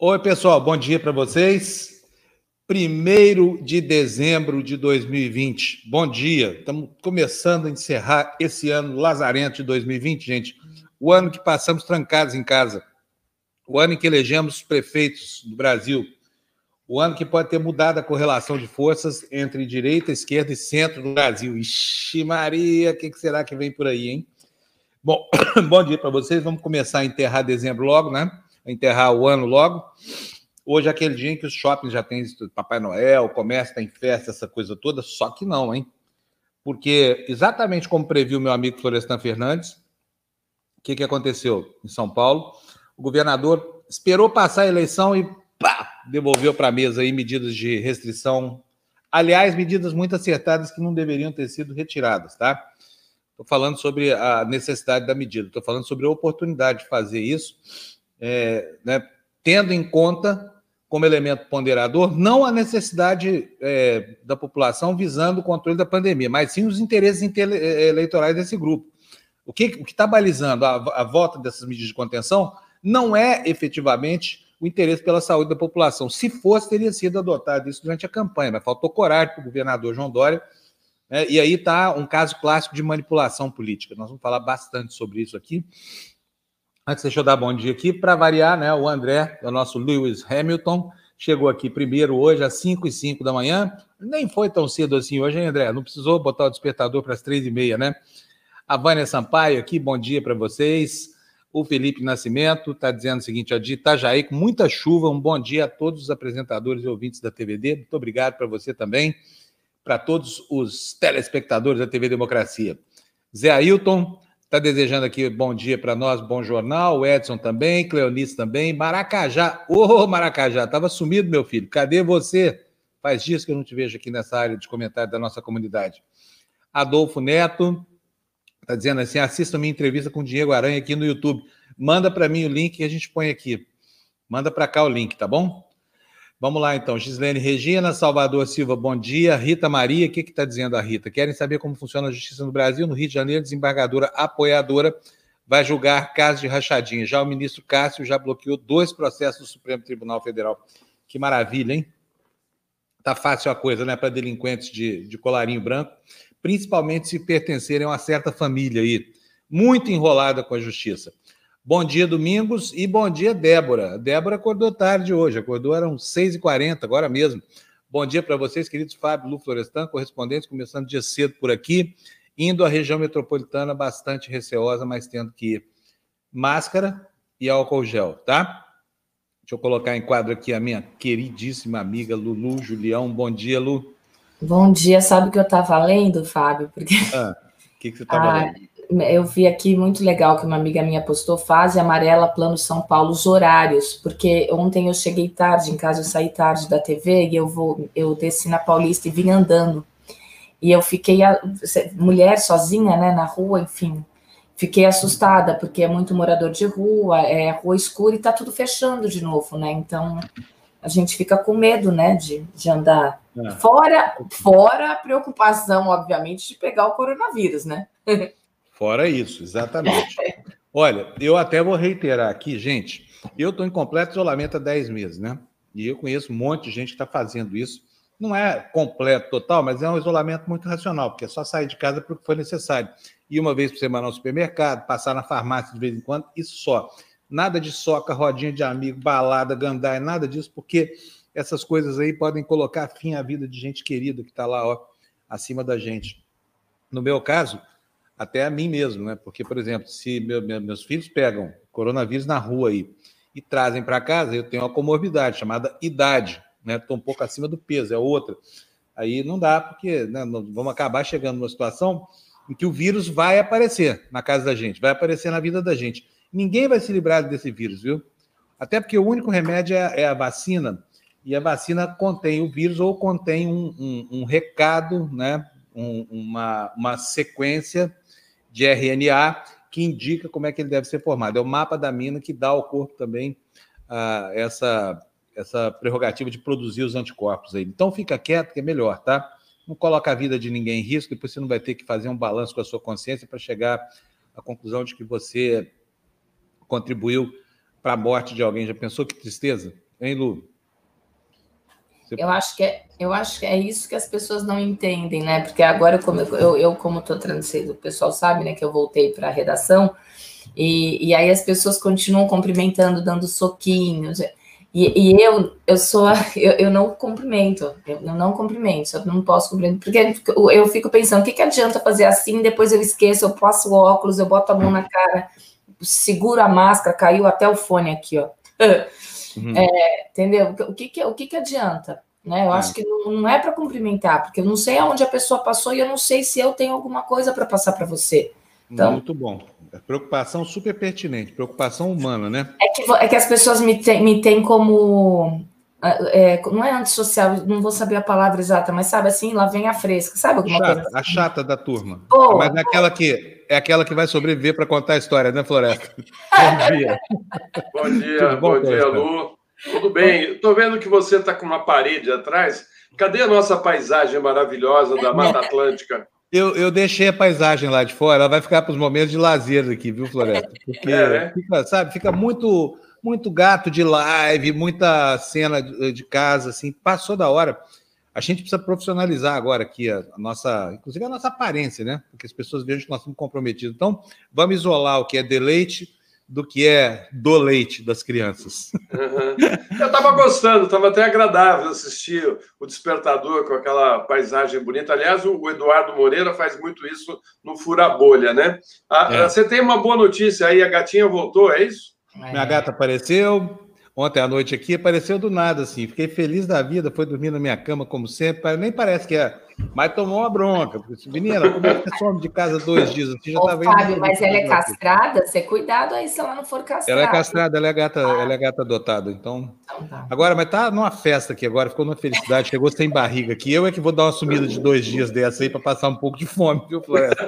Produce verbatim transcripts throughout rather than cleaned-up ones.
Oi, pessoal, bom dia para vocês. Primeiro de dezembro de dois mil e vinte. Bom dia. Estamos começando a encerrar esse ano lazarento de dois mil e vinte, gente. O ano que passamos trancados em casa. O ano em que elegemos os prefeitos do Brasil. O ano que pode ter mudado a correlação de forças entre direita, esquerda e centro do Brasil. Ixi, Maria, o que será que vem por aí, hein? Bom, bom dia para vocês. Vamos começar a enterrar dezembro logo, né? Enterrar o ano logo. Hoje é aquele dia em que os shoppings já têm Papai Noel, o comércio tem festa, essa coisa toda, só que não, hein? Porque, exatamente como previu meu amigo Florestan Fernandes, o que, que aconteceu em São Paulo? O governador esperou passar a eleição e pá, devolveu para a mesa aí medidas de restrição. Aliás, medidas muito acertadas que não deveriam ter sido retiradas, tá? Estou falando sobre a necessidade da medida, estou falando sobre a oportunidade de fazer isso, é, né, tendo em conta, como elemento ponderador, não a necessidade é, da população visando o controle da pandemia, mas sim os interesses eleitorais desse grupo. O que o está balizando a, a volta dessas medidas de contenção não é efetivamente o interesse pela saúde da população. Se fosse, teria sido adotado isso durante a campanha, mas faltou coragem para o governador João Dória. É, e aí está um caso clássico de manipulação política. Nós vamos falar bastante sobre isso aqui. Antes, deixa eu dar bom dia aqui. Para variar, né, o André, o nosso Lewis Hamilton, chegou aqui primeiro hoje às cinco e cinco da manhã. Nem foi tão cedo assim hoje, hein, André? Não precisou botar o despertador para as três e meia, né? A Vânia Sampaio aqui, bom dia para vocês. O Felipe Nascimento está dizendo o seguinte, ó, de Itajaí, com muita chuva, um bom dia a todos os apresentadores e ouvintes da T V D. Muito obrigado para você também. Para todos os telespectadores da T V Democracia. Zé Ailton está desejando aqui bom dia para nós, bom jornal, o Edson também, Cleonice também, Maracajá, ô oh, Maracajá, estava sumido, meu filho, cadê você? Faz dias que eu não te vejo aqui nessa área de comentário da nossa comunidade. Adolfo Neto está dizendo assim, assista minha entrevista com o Diego Aranha aqui no YouTube, manda para mim o link que a gente põe aqui, manda para cá o link, tá bom? Vamos lá, então. Gislene Regina, Salvador Silva, bom dia. Rita Maria, o que está dizendo a Rita? Querem saber como funciona a justiça no Brasil? No Rio de Janeiro, desembargadora apoiadora vai julgar caso de rachadinha. Já o ministro Cássio já bloqueou dois processos do Supremo Tribunal Federal. Que maravilha, hein? Tá fácil a coisa, né, para delinquentes de, de colarinho branco, principalmente se pertencerem a uma certa família aí, muito enrolada com a justiça. Bom dia, Domingos, e bom dia, Débora. A Débora acordou tarde hoje, acordou, eram seis e quarenta, agora mesmo. Bom dia para vocês, queridos Fábio, Lu Florestan, correspondentes, começando dia cedo por aqui, indo à região metropolitana bastante receosa, mas tendo que ir máscara e álcool gel, tá? Deixa eu colocar em quadro aqui a minha queridíssima amiga Lulu Julião. Bom dia, Lu. Bom dia, sabe o que eu estava lendo, Fábio? Porque... Ah, o que, que você estava ah, lendo? Eu vi aqui, muito legal, que uma amiga minha postou, fase amarela, Plano São Paulo, os horários, porque ontem eu cheguei tarde em casa, eu saí tarde da T V e eu, vou, eu desci na Paulista e vim andando. E eu fiquei, a, mulher sozinha, né, na rua, enfim, fiquei assustada, porque é muito morador de rua, é rua escura e tá tudo fechando de novo, né, então a gente fica com medo, né, de, de andar. É. Fora, fora a preocupação, obviamente, de pegar o coronavírus, né? Fora isso, exatamente. Olha, eu até vou reiterar aqui, gente, eu estou em completo isolamento há dez meses, né? E eu conheço um monte de gente que está fazendo isso. Não é completo, total, mas é um isolamento muito racional, porque é só sair de casa porque foi necessário. Ir uma vez por semana ao supermercado, passar na farmácia de vez em quando, isso só. Nada de soca, rodinha de amigo, balada, gandaia, nada disso, porque essas coisas aí podem colocar fim à vida de gente querida que está lá, ó, acima da gente. No meu caso, até a mim mesmo, né? Porque, por exemplo, se meu, meus filhos pegam coronavírus na rua aí e trazem para casa, eu tenho uma comorbidade chamada idade, né? Estou um pouco acima do peso, é outra. Aí não dá, porque né, vamos acabar chegando numa situação em que o vírus vai aparecer na casa da gente, vai aparecer na vida da gente. Ninguém vai se livrar desse vírus, viu? Até porque o único remédio é, é a vacina, e a vacina contém o vírus ou contém um, um, um recado, né? Um, uma, uma sequência de R N A que indica como é que ele deve ser formado. É o mapa da mina que dá ao corpo também ah, essa, essa prerrogativa de produzir os anticorpos aí. Então fica quieto que é melhor, tá? Não coloca a vida de ninguém em risco, depois você não vai ter que fazer um balanço com a sua consciência para chegar à conclusão de que você contribuiu para a morte de alguém. Já pensou que tristeza? Hein, Lu? Você... Eu, acho que é, eu acho que é isso que as pessoas não entendem, né? Porque agora, como eu, eu, eu como estou traduzindo, o pessoal sabe, né, que eu voltei para a redação, e, e aí as pessoas continuam cumprimentando, dando soquinhos. E, e eu, eu sou, eu, eu não cumprimento, eu não cumprimento, eu não posso cumprimentar, porque eu fico pensando, o que, que adianta fazer assim, depois eu esqueço, eu passo o óculos, eu boto a mão na cara, seguro a máscara, caiu até o fone aqui, ó. Uhum. É, entendeu? O que, que, o que, que adianta? Né? Eu é. acho que não, não é para cumprimentar, porque eu não sei aonde a pessoa passou e eu não sei se eu tenho alguma coisa para passar para você. Então, muito bom. Preocupação super pertinente, preocupação humana, né? É que, é que as pessoas me têm me tem como... É, não é antissocial, não vou saber a palavra exata, mas sabe assim, lá vem a fresca, sabe alguma chata, coisa assim? A chata da turma. Boa, mas é aquela, que, é aquela que vai sobreviver para contar a história, né, Floresta? Bom dia. Bom dia, bom, bom dia, Lu. Tudo bem? Estou vendo que você está com uma parede atrás. Cadê a nossa paisagem maravilhosa da Mata Atlântica? Eu, eu deixei a paisagem lá de fora, ela vai ficar para os momentos de lazer aqui, viu, Floresta? Porque, é, né? fica, sabe, fica muito, muito gato de live, muita cena de, de casa, assim, passou da hora. A gente precisa profissionalizar agora aqui a, a nossa, inclusive a nossa aparência, né? Porque as pessoas vejam que nós estamos comprometidos. Então, vamos isolar o que é deleite do que é do leite das crianças. Uhum. Eu estava gostando, estava até agradável assistir o Despertador com aquela paisagem bonita. Aliás, o Eduardo Moreira faz muito isso no Fura Bolha, né? Ah, é. Você tem uma boa notícia aí, a gatinha voltou, é isso? Minha gata apareceu ontem à noite aqui, apareceu do nada, assim. Fiquei feliz da vida, foi dormir na minha cama, como sempre. Nem parece que é, mas tomou uma bronca. Menina, como é que você some de casa dois dias? Assim, já Ô, tá Fábio, mas ela é castrada? Você cuidado aí se ela não for castrada. Ela é castrada, ela é gata, ah. ela é gata adotada. Então, então tá. Agora, mas tá numa festa aqui agora, ficou numa felicidade, chegou sem barriga aqui. Eu é que vou dar uma sumida de dois dias dessa aí para passar um pouco de fome, viu, Floresta?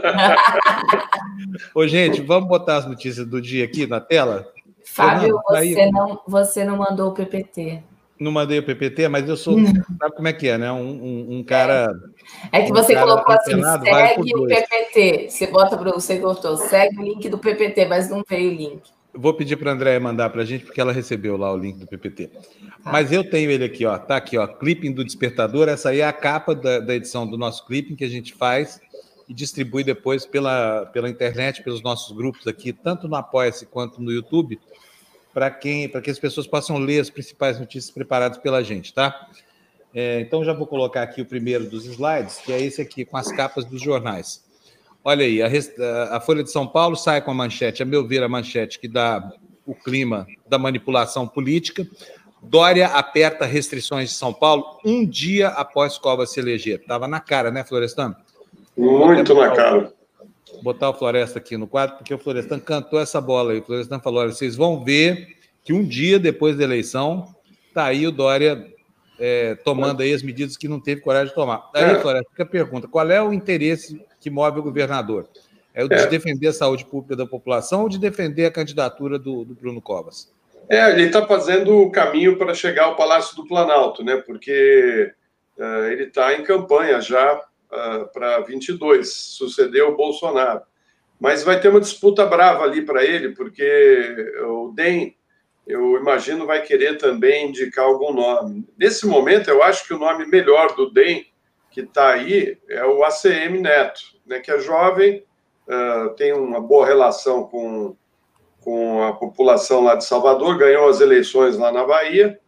Ô, gente, vamos botar as notícias do dia aqui na tela? Fábio, você não, você não mandou o P P T. Não mandei o P P T, mas eu sou... Sabe como é que é, né? Um, um, um cara... É, é que você um colocou assim, segue o P P T. Você bota para você gostou, segue o link do P P T, mas não veio o link. Vou pedir para a Andréia mandar para a gente, porque ela recebeu lá o link do P P T. Tá. Mas eu tenho ele aqui, ó. Tá aqui, ó. Clipping do Despertador. Essa aí é a capa da, da edição do nosso clipping que a gente faz e distribui depois pela, pela internet, pelos nossos grupos aqui, tanto no Apoia-se quanto no YouTube, para quem, para que as pessoas possam ler as principais notícias preparadas pela gente, tá? É, então, já vou colocar aqui o primeiro dos slides, que é esse aqui, com as capas dos jornais. Olha aí, a, a Folha de São Paulo sai com a manchete, a meu ver, a manchete que dá o clima da manipulação política. Dória aperta restrições de São Paulo um dia após Covas se eleger. Estava na cara, né, Florestan? Muito na cara. Botar o Floresta aqui no quadro, porque o Florestan cantou essa bola aí. O Florestan falou, olha, vocês vão ver que um dia depois da eleição, tá aí o Dória é, tomando aí as medidas que não teve coragem de tomar. Aí, é. Floresta, fica a pergunta, qual é o interesse que move o governador? É o de é. defender a saúde pública da população ou de defender a candidatura do, do Bruno Covas? É, ele está fazendo o caminho para chegar ao Palácio do Planalto, né? Porque uh, ele está em campanha já Uh, para vinte e dois, sucedeu o Bolsonaro. Mas vai ter uma disputa brava ali para ele, porque o D E M, eu imagino, vai querer também indicar algum nome. Nesse momento, eu acho que o nome melhor do D E M, que está aí, é o A C M Neto, né, que é jovem, uh, tem uma boa relação com, com a população lá de Salvador, ganhou as eleições lá na Bahia,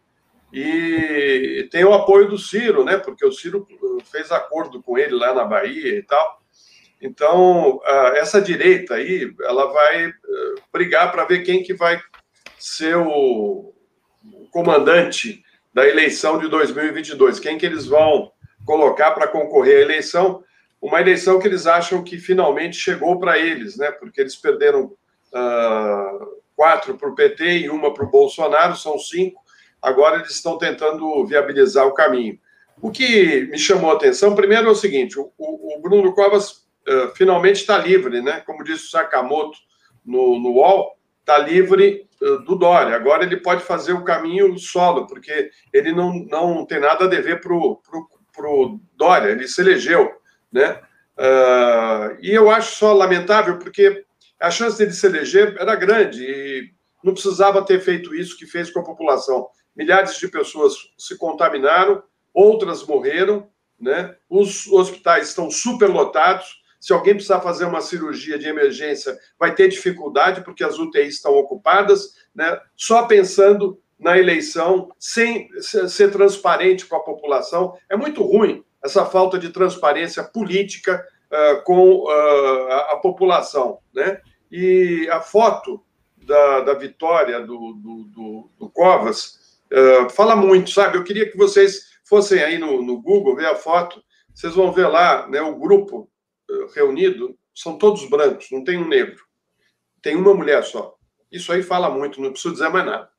e tem o apoio do Ciro, né? Porque o Ciro fez acordo com ele lá na Bahia e tal. Então, essa direita aí, ela vai brigar para ver quem que vai ser o comandante da eleição de dois mil e vinte e dois, quem que eles vão colocar para concorrer à eleição, uma eleição que eles acham que finalmente chegou para eles, né? Porque eles perderam uh, quatro para o P T e uma para o Bolsonaro, são cinco. Agora eles estão tentando viabilizar o caminho. O que me chamou a atenção, primeiro, é o seguinte, o, o Bruno Covas uh, finalmente está livre, né? Como disse o Sakamoto no, no U O L, está livre uh, do Dória. Agora ele pode fazer o caminho solo, porque ele não, não tem nada a dever para o Dória, ele se elegeu, né? Uh, e eu acho só lamentável, porque a chance dele se eleger era grande e não precisava ter feito isso que fez com a população. milhares de pessoas se contaminaram, outras morreram, né? Os hospitais estão superlotados. Se alguém precisar fazer uma cirurgia de emergência, vai ter dificuldade, porque as U T Is estão ocupadas, né? Só pensando na eleição, sem ser transparente com a população. É muito ruim essa falta de transparência política uh, com uh, a, a população, né? E a foto da, da vitória do, do, do, do Covas uh, fala muito, sabe? Eu queria que vocês fossem aí no, no Google ver a foto, vocês vão ver lá, né, o grupo uh, reunido, são todos brancos, não tem um negro. Tem uma mulher só. Isso aí fala muito, não preciso dizer mais nada.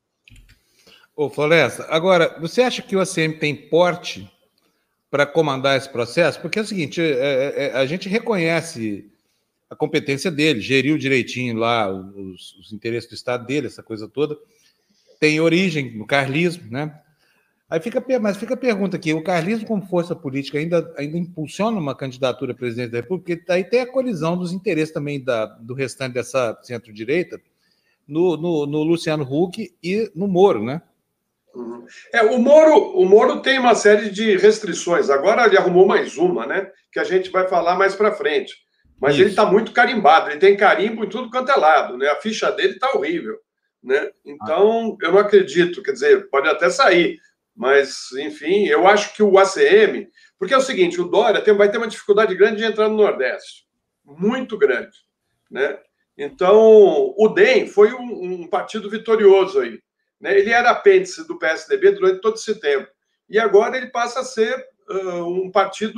Ô, Floresta, agora, você acha que o A C M tem porte para comandar esse processo? Porque é o seguinte, é, é, a gente reconhece a competência dele, geriu direitinho lá os, os interesses do Estado dele, essa coisa toda, tem origem no carlismo, né? Aí fica, mas fica a pergunta aqui, o carlismo como força política ainda, ainda impulsiona uma candidatura à presidência da República? Porque aí tem a colisão dos interesses também da, do restante dessa centro-direita no, no, no Luciano Huck e no Moro, né? Uhum. É, o Moro, o Moro tem uma série de restrições. Agora ele arrumou mais uma, né? Que a gente vai falar mais para frente. Mas Isso. ele está muito carimbado, ele tem carimbo em tudo quanto é lado, né? A ficha dele está horrível, né? Então, eu não acredito, quer dizer, pode até sair, mas, enfim, eu acho que o A C M... Porque é o seguinte, o Dória tem, vai ter uma dificuldade grande de entrar no Nordeste, muito grande, né? Então, o D E M foi um, um partido vitorioso aí. Ele era apêndice do P S D B durante todo esse tempo. E agora ele passa a ser uh, um partido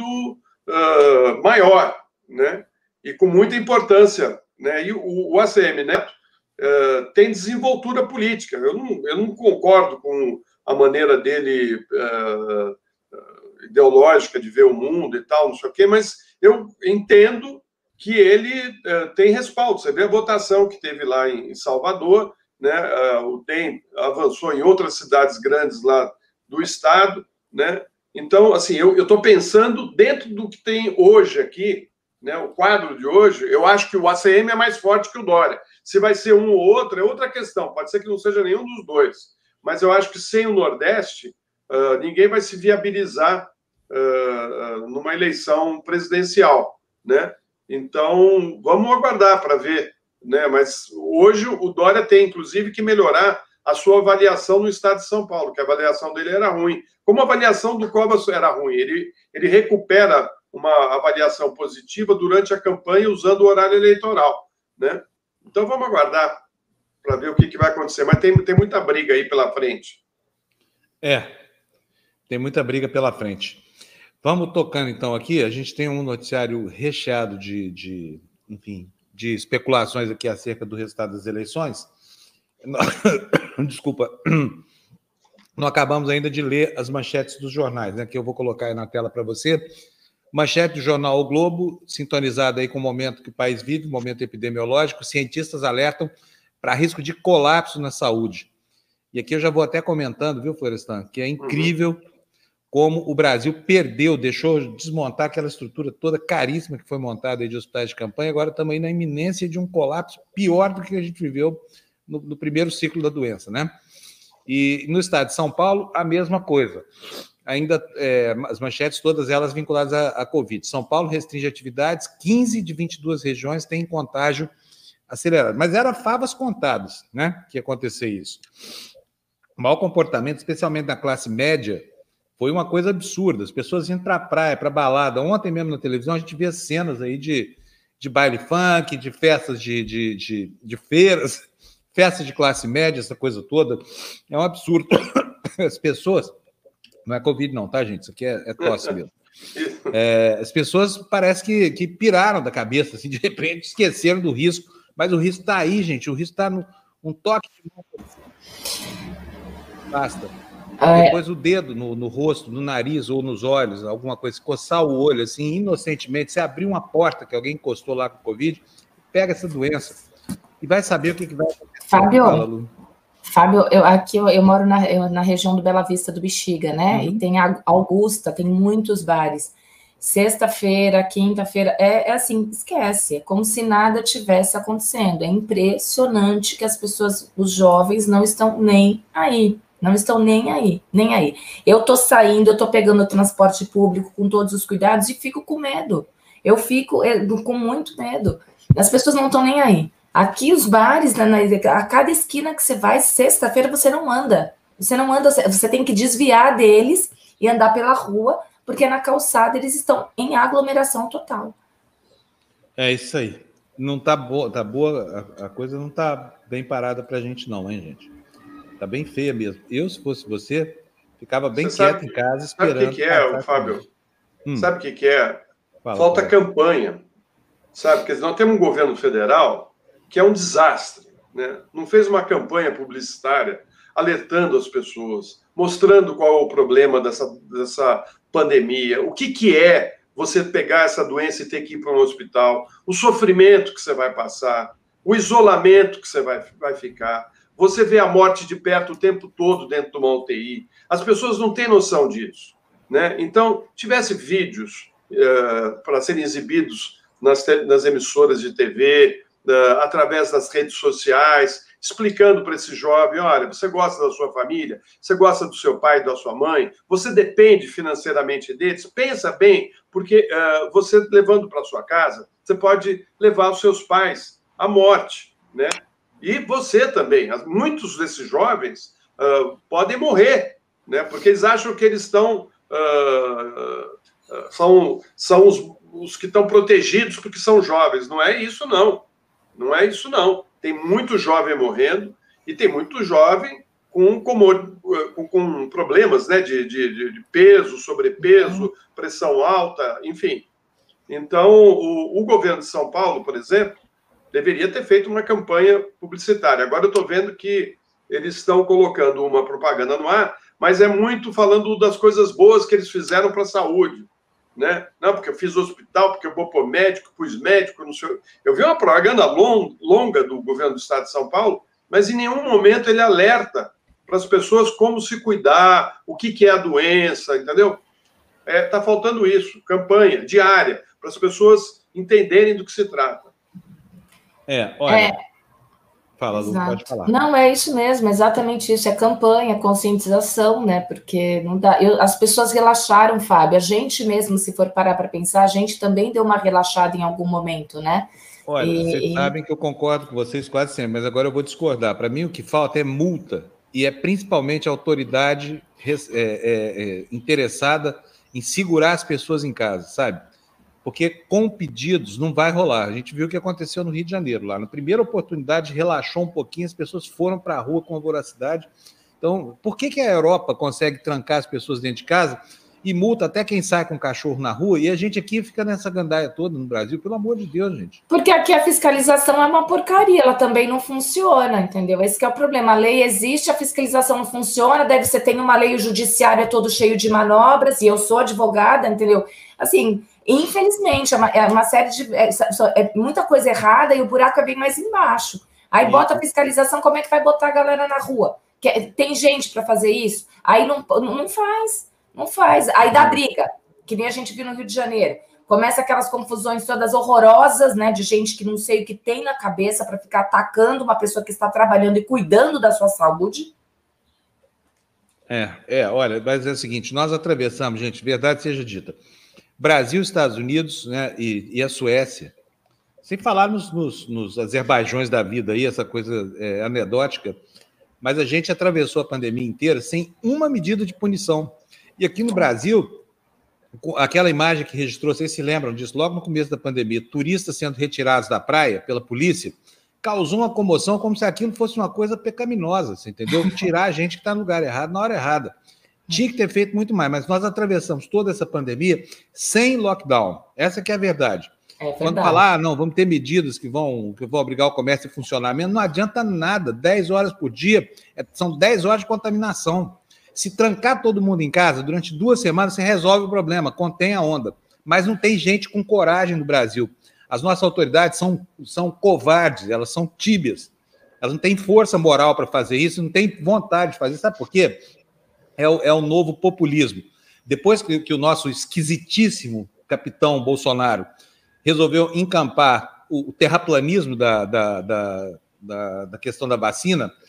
uh, maior, né? E com muita importância. Né? E o, o A C M Neto uh, tem desenvoltura política. Eu não, eu não concordo com a maneira dele uh, uh, ideológica de ver o mundo e tal, não sei o quê, mas eu entendo que ele uh, tem respaldo. Você vê a votação que teve lá em, em Salvador, né? Uh, o D E M avançou em outras cidades grandes lá do estado, né? Então, assim, eu estou pensando dentro do que tem hoje aqui, né? O quadro de hoje, eu acho que o A C M é mais forte que o Dória. Se vai ser um ou outro, é outra questão. Pode ser que não seja nenhum dos dois. Mas eu acho que sem o Nordeste, uh, ninguém vai se viabilizar uh, numa eleição presidencial, né? Então, vamos aguardar para ver. Né? Mas hoje o Dória tem, inclusive, que melhorar a sua avaliação no estado de São Paulo, que a avaliação dele era ruim. Como a avaliação do Covas era ruim, ele, ele recupera uma avaliação positiva durante a campanha usando o horário eleitoral. Né? Então vamos aguardar para ver o que, que vai acontecer. Mas tem, tem muita briga aí pela frente. É, tem muita briga pela frente. Vamos tocando então aqui, a gente tem um noticiário recheado de, de enfim... de especulações aqui acerca do resultado das eleições. Desculpa, não acabamos ainda de ler as manchetes dos jornais, né, que eu vou colocar aí na tela para você. Manchete do jornal O Globo, sintonizada aí com o momento que o país vive, momento epidemiológico, cientistas alertam para risco de colapso na saúde. E aqui eu já vou até comentando, viu, Florestan, que é incrível uhum. como o Brasil perdeu, deixou desmontar aquela estrutura toda caríssima que foi montada aí de hospitais de campanha, agora estamos aí na iminência de um colapso pior do que a gente viveu no, no primeiro ciclo da doença, né? E no estado de São Paulo, a mesma coisa. Ainda é, as manchetes, todas elas vinculadas à, à Covid. São Paulo restringe atividades, quinze de vinte e duas regiões têm contágio acelerado. Mas era favas contadas, né, que ia acontecer isso. O mau comportamento, especialmente da classe média, foi uma coisa absurda. As pessoas indo para a praia, para a balada. Ontem mesmo na televisão a gente via cenas aí de, de baile funk, de festas de, de, de, de feiras, festas de classe média, essa coisa toda. É um absurdo. As pessoas... Não é Covid não, tá, gente? Isso aqui é, é tosse mesmo. É, as pessoas parece que, que piraram da cabeça, assim, de repente esqueceram do risco. Mas o risco está aí, gente. O risco está no um toque de mão. Basta. Depois o dedo no, no rosto, no nariz ou nos olhos, alguma coisa, coçar o olho, assim, inocentemente, você abrir uma porta que alguém encostou lá com o Covid, pega essa doença e vai saber o que, que vai acontecer. Fábio, Fala, Fábio eu, aqui eu, eu moro na, eu, na região do Bela Vista do Bexiga, né? Uhum. E tem a Augusta, tem muitos bares. Sexta-feira, quinta-feira, é, é assim, esquece, é como se nada tivesse acontecendo. É impressionante que as pessoas, os jovens, não estão nem aí. Não estão nem aí, nem aí. Eu tô saindo, eu tô pegando o transporte público com todos os cuidados e fico com medo. Eu fico eu, com muito medo. As pessoas não estão nem aí. Aqui os bares, na, na, a cada esquina que você vai, sexta-feira você não anda. Você não anda, você tem que desviar deles e andar pela rua, porque na calçada eles estão em aglomeração total. É isso aí. Não tá boa, tá boa, a, a coisa não tá bem parada pra gente não, hein, gente? Tá bem feia mesmo. Eu, se fosse você, ficava bem você quieto sabe, em casa, esperando... Sabe o que, que é, Fábio? Hum. Sabe o que, que é? Fala, Falta fala. campanha, sabe? Porque nós temos um governo federal que é um desastre, né? Não fez uma campanha publicitária alertando as pessoas, mostrando qual é o problema dessa, dessa pandemia, o que, que é você pegar essa doença e ter que ir para um hospital, o sofrimento que você vai passar, o isolamento que você vai, vai ficar. Você vê a morte de perto o tempo todo dentro de uma U T I. As pessoas não têm noção disso, né? Então, tivesse vídeos uh, para serem exibidos nas, nas emissoras de T V, uh, através das redes sociais, explicando para esse jovem, olha, você gosta da sua família, você gosta do seu pai e da sua mãe, você depende financeiramente deles, pensa bem, porque uh, você levando para sua casa, você pode levar os seus pais à morte, né? E você também. Muitos desses jovens uh, podem morrer, né? Porque eles acham que eles estão... Uh, uh, são são os, os que estão protegidos porque são jovens. Não é isso, não. Não é isso, não. Tem muito jovem morrendo e tem muito jovem com, com, com, com problemas, né? de, de, de peso, sobrepeso, pressão alta, enfim. Então, o, o governo de São Paulo, por exemplo, deveria ter feito uma campanha publicitária. Agora eu estou vendo que eles estão colocando uma propaganda no ar, mas é muito falando das coisas boas que eles fizeram para a saúde, né? Não, porque eu fiz hospital, porque eu vou pôr médico, pus médico, não sei... Eu vi uma propaganda long, longa do governo do estado de São Paulo, mas em nenhum momento ele alerta para as pessoas como se cuidar, o que, que é a doença, entendeu? É, tá faltando isso, campanha diária, para as pessoas entenderem do que se trata. É, olha... É, fala, Lu, exato. Pode falar. Não, é isso mesmo, exatamente isso, é campanha, conscientização, né, porque não dá... Eu, as pessoas relaxaram, Fábio, a gente mesmo, se for parar para pensar, a gente também deu uma relaxada em algum momento, né? Olha, e, vocês e... sabem que eu concordo com vocês quase sempre, mas agora eu vou discordar. Para mim, o que falta é multa, e é principalmente a autoridade é, é, é, interessada em segurar as pessoas em casa, sabe? Porque com pedidos não vai rolar. A gente viu o que aconteceu no Rio de Janeiro. Lá na primeira oportunidade, relaxou um pouquinho, as pessoas foram para a rua com a voracidade. Então, por que, que a Europa consegue trancar as pessoas dentro de casa e multa até quem sai com cachorro na rua, e a gente aqui fica nessa gandaia toda no Brasil? Pelo amor de Deus, gente. Porque aqui a fiscalização é uma porcaria, ela também não funciona, entendeu? Esse que é o problema. A lei existe, a fiscalização não funciona, deve você tem uma lei, o judiciário é todo cheio de manobras, e eu sou advogada, entendeu? Assim... Infelizmente, é uma, é uma série de... É, é muita coisa errada e o buraco é bem mais embaixo. Aí bota a fiscalização, como é que vai botar a galera na rua? Tem gente para fazer isso? Aí não, não faz, não faz. Aí dá briga, que nem a gente viu no Rio de Janeiro. Começa aquelas confusões todas horrorosas, né, de gente que não sei o que tem na cabeça para ficar atacando uma pessoa que está trabalhando e cuidando da sua saúde. É, é, olha, mas é o seguinte, nós atravessamos, gente, verdade seja dita, Brasil, Estados Unidos, né, e, e a Suécia, sem falar nos, nos, nos Azerbaijões da vida aí, essa coisa é, anedótica, mas a gente atravessou a pandemia inteira sem uma medida de punição. E aqui no Brasil, aquela imagem que registrou, vocês se lembram disso, logo no começo da pandemia, turistas sendo retirados da praia pela polícia, causou uma comoção como se aquilo fosse uma coisa pecaminosa, você entendeu? Tirar a gente que está no lugar errado, na hora errada. Tinha que ter feito muito mais, mas nós atravessamos toda essa pandemia sem lockdown. Essa que é a verdade. É verdade. Quando falar, ah, não, vamos ter medidas que vão, que vão obrigar o comércio a funcionar mesmo, não adianta nada. dez horas por dia, é, são dez horas de contaminação. Se trancar todo mundo em casa, durante duas semanas, você resolve o problema, contém a onda. Mas não tem gente com coragem no Brasil. As nossas autoridades são, são covardes, elas são tíbias. Elas não têm força moral para fazer isso, não têm vontade de fazer. Sabe por quê? É o, é o novo populismo. Depois que, que o nosso esquisitíssimo capitão Bolsonaro resolveu encampar o, o terraplanismo da, da, da, da, da questão da vacina,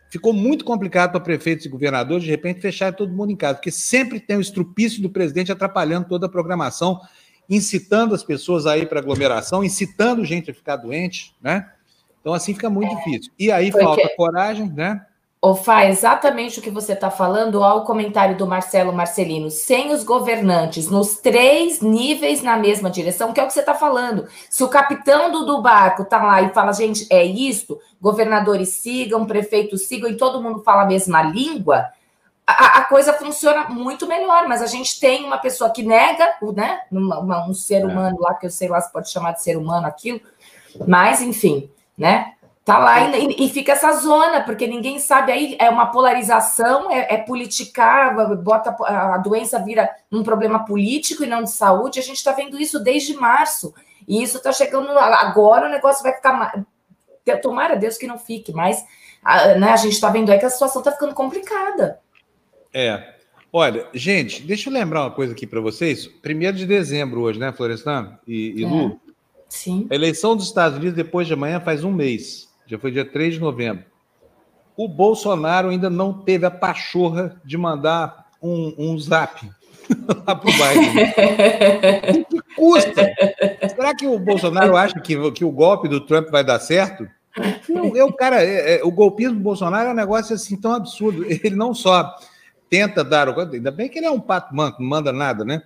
ficou muito complicado para prefeitos e governadores, de repente, fechar todo mundo em casa, porque sempre tem o estrupício do presidente atrapalhando toda a programação, incitando as pessoas a ir para aglomeração, incitando gente a ficar doente, né? Então, assim, fica muito difícil. E aí Foi falta que... coragem, né? Ô, Fá, exatamente o que você está falando, ao comentário do Marcelo Marcelino, sem os governantes nos três níveis na mesma direção, que é o que você está falando. Se o capitão do, do barco está lá e fala, gente, é isto, governadores sigam, prefeitos sigam, e todo mundo fala a mesma língua, a, a coisa funciona muito melhor, mas a gente tem uma pessoa que nega, né, uma, uma, um ser humano lá, que eu sei lá se pode chamar de ser humano aquilo, mas, enfim, né? Tá lá e, e fica essa zona, porque ninguém sabe, aí é uma polarização, é, é politicar, bota, a doença vira um problema político e não de saúde, a gente está vendo isso desde março, e isso está chegando, agora o negócio vai ficar, tomara Deus que não fique, mas a, né, a gente está vendo aí que a situação está ficando complicada. É, olha, gente, deixa eu lembrar uma coisa aqui para vocês, primeiro de dezembro hoje, né, Florestan e, e é, Lu? Sim. A eleição dos Estados Unidos depois de amanhã faz um mês. Já foi dia três de novembro. O Bolsonaro ainda não teve a pachorra de mandar um, um zap lá para o Biden. O que custa? Será que o Bolsonaro acha que, que o golpe do Trump vai dar certo? Eu, eu cara, é, é, o golpismo do Bolsonaro é um negócio assim tão absurdo. Ele não só tenta dar... Ainda bem que ele é um pato manco, não manda nada, né?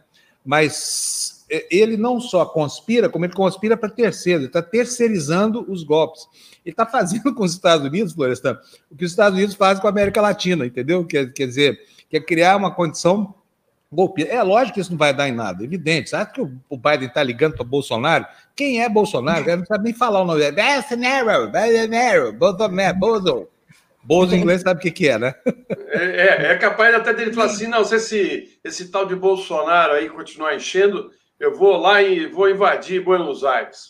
Mas ele não só conspira, como ele conspira para terceiro. Ele está terceirizando os golpes. Ele está fazendo com os Estados Unidos, Florestan, o que os Estados Unidos fazem com a América Latina, entendeu? Quer, quer dizer, quer criar uma condição golpista. É lógico que isso não vai dar em nada, evidente. Sabe que o Biden está ligando para Bolsonaro? Quem é Bolsonaro? Ele não sabe nem falar o nome dele. Bolsonaro, Bolsonaro, Bolsonaro, Bozo. Bozo em inglês sabe o que, que é, né? É, é capaz até dele falar assim, não, se esse, esse tal de Bolsonaro aí continuar enchendo, eu vou lá e vou invadir Buenos Aires.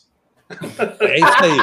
É isso aí.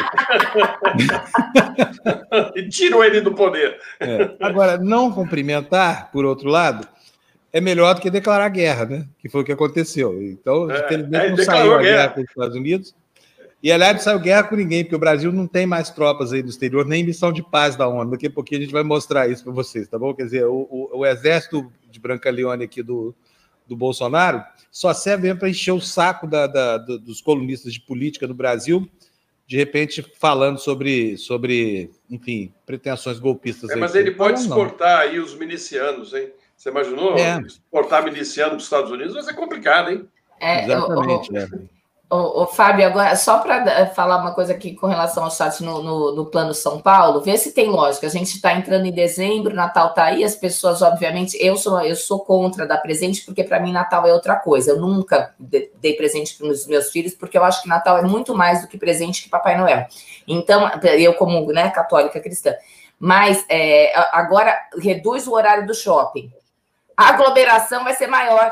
E tirou ele do poder. É. Agora, não cumprimentar, por outro lado, é melhor do que declarar guerra, né? Que foi o que aconteceu. Então, é, infelizmente, é, não saiu a guerra, guerra com os Estados Unidos. E, aliás, não saiu guerra com ninguém, porque o Brasil não tem mais tropas aí no exterior, nem missão de paz da ONU. Daqui a pouquinho a gente vai mostrar isso para vocês, tá bom? Quer dizer, o, o, o exército de Brancaleone aqui do, do Bolsonaro só serve para encher o saco da, da, dos colunistas de política no Brasil, de repente falando sobre, sobre enfim, pretensões golpistas. É, aí. Mas ele pode não, exportar não. aí os milicianos, hein? Você imaginou? É. Exportar miliciano para os Estados Unidos vai ser complicado, hein? É, Exatamente, o, o, é. o, o Fábio, agora, só para falar uma coisa aqui com relação ao chat no, no, no Plano São Paulo, vê se tem lógica. A gente está entrando em dezembro, Natal está aí, as pessoas, obviamente, eu sou, eu sou contra dar presente, porque para mim Natal é outra coisa. Eu nunca dei presente para os meus filhos, porque eu acho que Natal é muito mais do que presente que Papai Noel. Então, eu como, né, católica cristã. Mas é, agora reduz o horário do shopping. A aglomeração vai ser maior.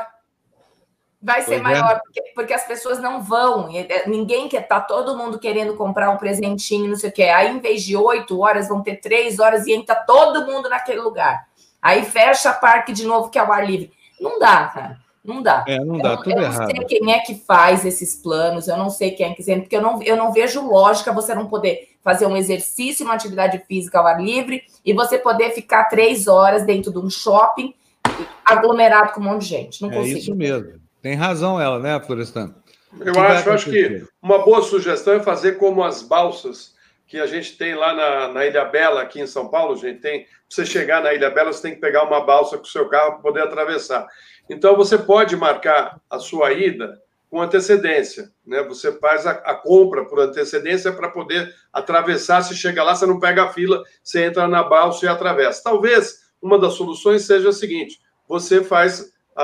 Vai ser Pois maior, é. porque, porque as pessoas não vão. Ninguém quer, tá todo mundo querendo comprar um presentinho, não sei o quê. Aí, em vez de oito horas, vão ter três horas e entra todo mundo naquele lugar. Aí fecha parque de novo, que é o ar livre. Não dá, cara. Não dá. É, não dá, eu, tudo eu errado. não sei quem é que faz esses planos, eu não sei quem é que... Porque eu não, eu não vejo lógica você não poder fazer um exercício, uma atividade física ao ar livre, e você poder ficar três horas dentro de um shopping aglomerado com um monte de gente. Não É consigo. isso mesmo. Tem razão ela, né, Florestan? Eu que acho, acho que uma boa sugestão é fazer como as balsas que a gente tem lá na, na Ilha Bela, aqui em São Paulo, gente. Tem, pra você chegar na Ilha Bela, você tem que pegar uma balsa com o seu carro para poder atravessar. Então, você pode marcar a sua ida com antecedência, né? Você faz a, a compra por antecedência para poder atravessar. Se chega lá, você não pega a fila, você entra na balsa e atravessa. Talvez uma das soluções seja a seguinte: você faz a,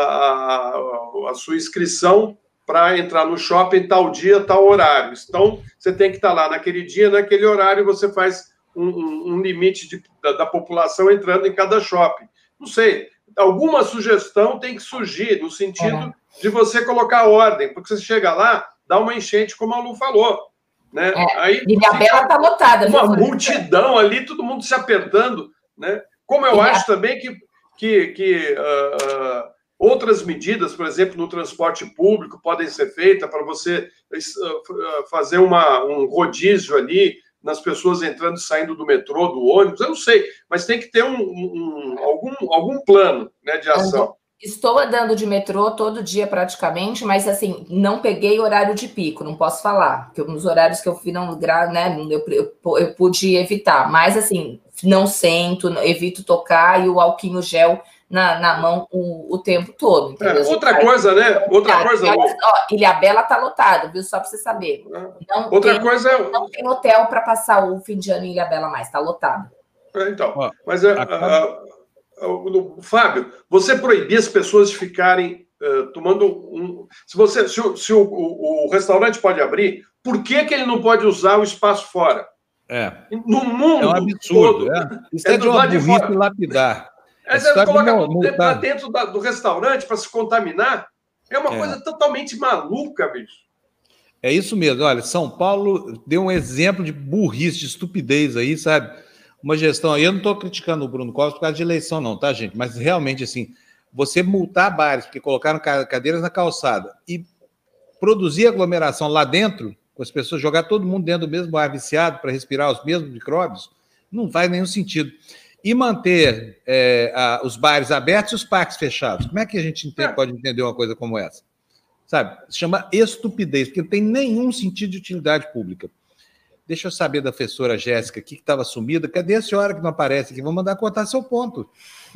a, a sua inscrição para entrar no shopping tal dia, tal horário. Então, você tem que estar lá naquele dia, naquele horário, você faz um, um, um limite de, da, da população entrando em cada shopping. Não sei, alguma sugestão tem que surgir no sentido é. de você colocar ordem, porque você chega lá, dá uma enchente, como a Lu falou. Né? É. Aí, Ilha Bela está lotada. Uma multidão ali, todo mundo se apertando. Né? Como eu Ilha... acho também que... que, que uh, uh, outras medidas, por exemplo, no transporte público, podem ser feitas para você fazer uma, um rodízio ali nas pessoas entrando e saindo do metrô, do ônibus, eu não sei, mas tem que ter um, um, algum, algum plano, né, de ação. Estou andando de metrô todo dia praticamente, mas assim, não peguei horário de pico, não posso falar, porque nos horários que eu fui, não, né, eu, eu, eu pude evitar, mas assim, não sento, evito tocar e o alquinho gel na, na mão o, o tempo todo. É, outra coisa, né? Outra ah, coisa. Ó, Ilhabela tá lotado, viu? Só para você saber. Não outra tem, coisa é... não tem hotel para passar o fim de ano em Ilhabela mais, tá lotado. É, então, ó, mas é. A... Fábio, você proibir as pessoas de ficarem uh, tomando um... Se, você, se, o, se o, o, o restaurante pode abrir, por que, que ele não pode usar o espaço fora? É. No mundo é um absurdo. todo, é. Isso é, é de uma burrice lapidar. Aí você coloca para dentro da, do restaurante para se contaminar. É uma é. coisa totalmente maluca, bicho. É isso mesmo. Olha, São Paulo deu um exemplo de burrice, de estupidez aí, sabe? Uma gestão aí, eu não estou criticando o Bruno Covas por causa de eleição, não, tá, gente? Mas realmente, assim, você multar bares porque colocaram cadeiras na calçada e produzir aglomeração lá dentro, com as pessoas, jogar todo mundo dentro do mesmo ar viciado para respirar os mesmos micróbios, não faz nenhum sentido. E manter é, a, os bares abertos e os parques fechados. Como é que a gente entende, é. pode entender uma coisa como essa? Sabe? Se chama estupidez, porque não tem nenhum sentido de utilidade pública. Deixa eu saber da professora Jéssica aqui, que estava sumida. Cadê a senhora que não aparece aqui? Vou mandar contar seu ponto.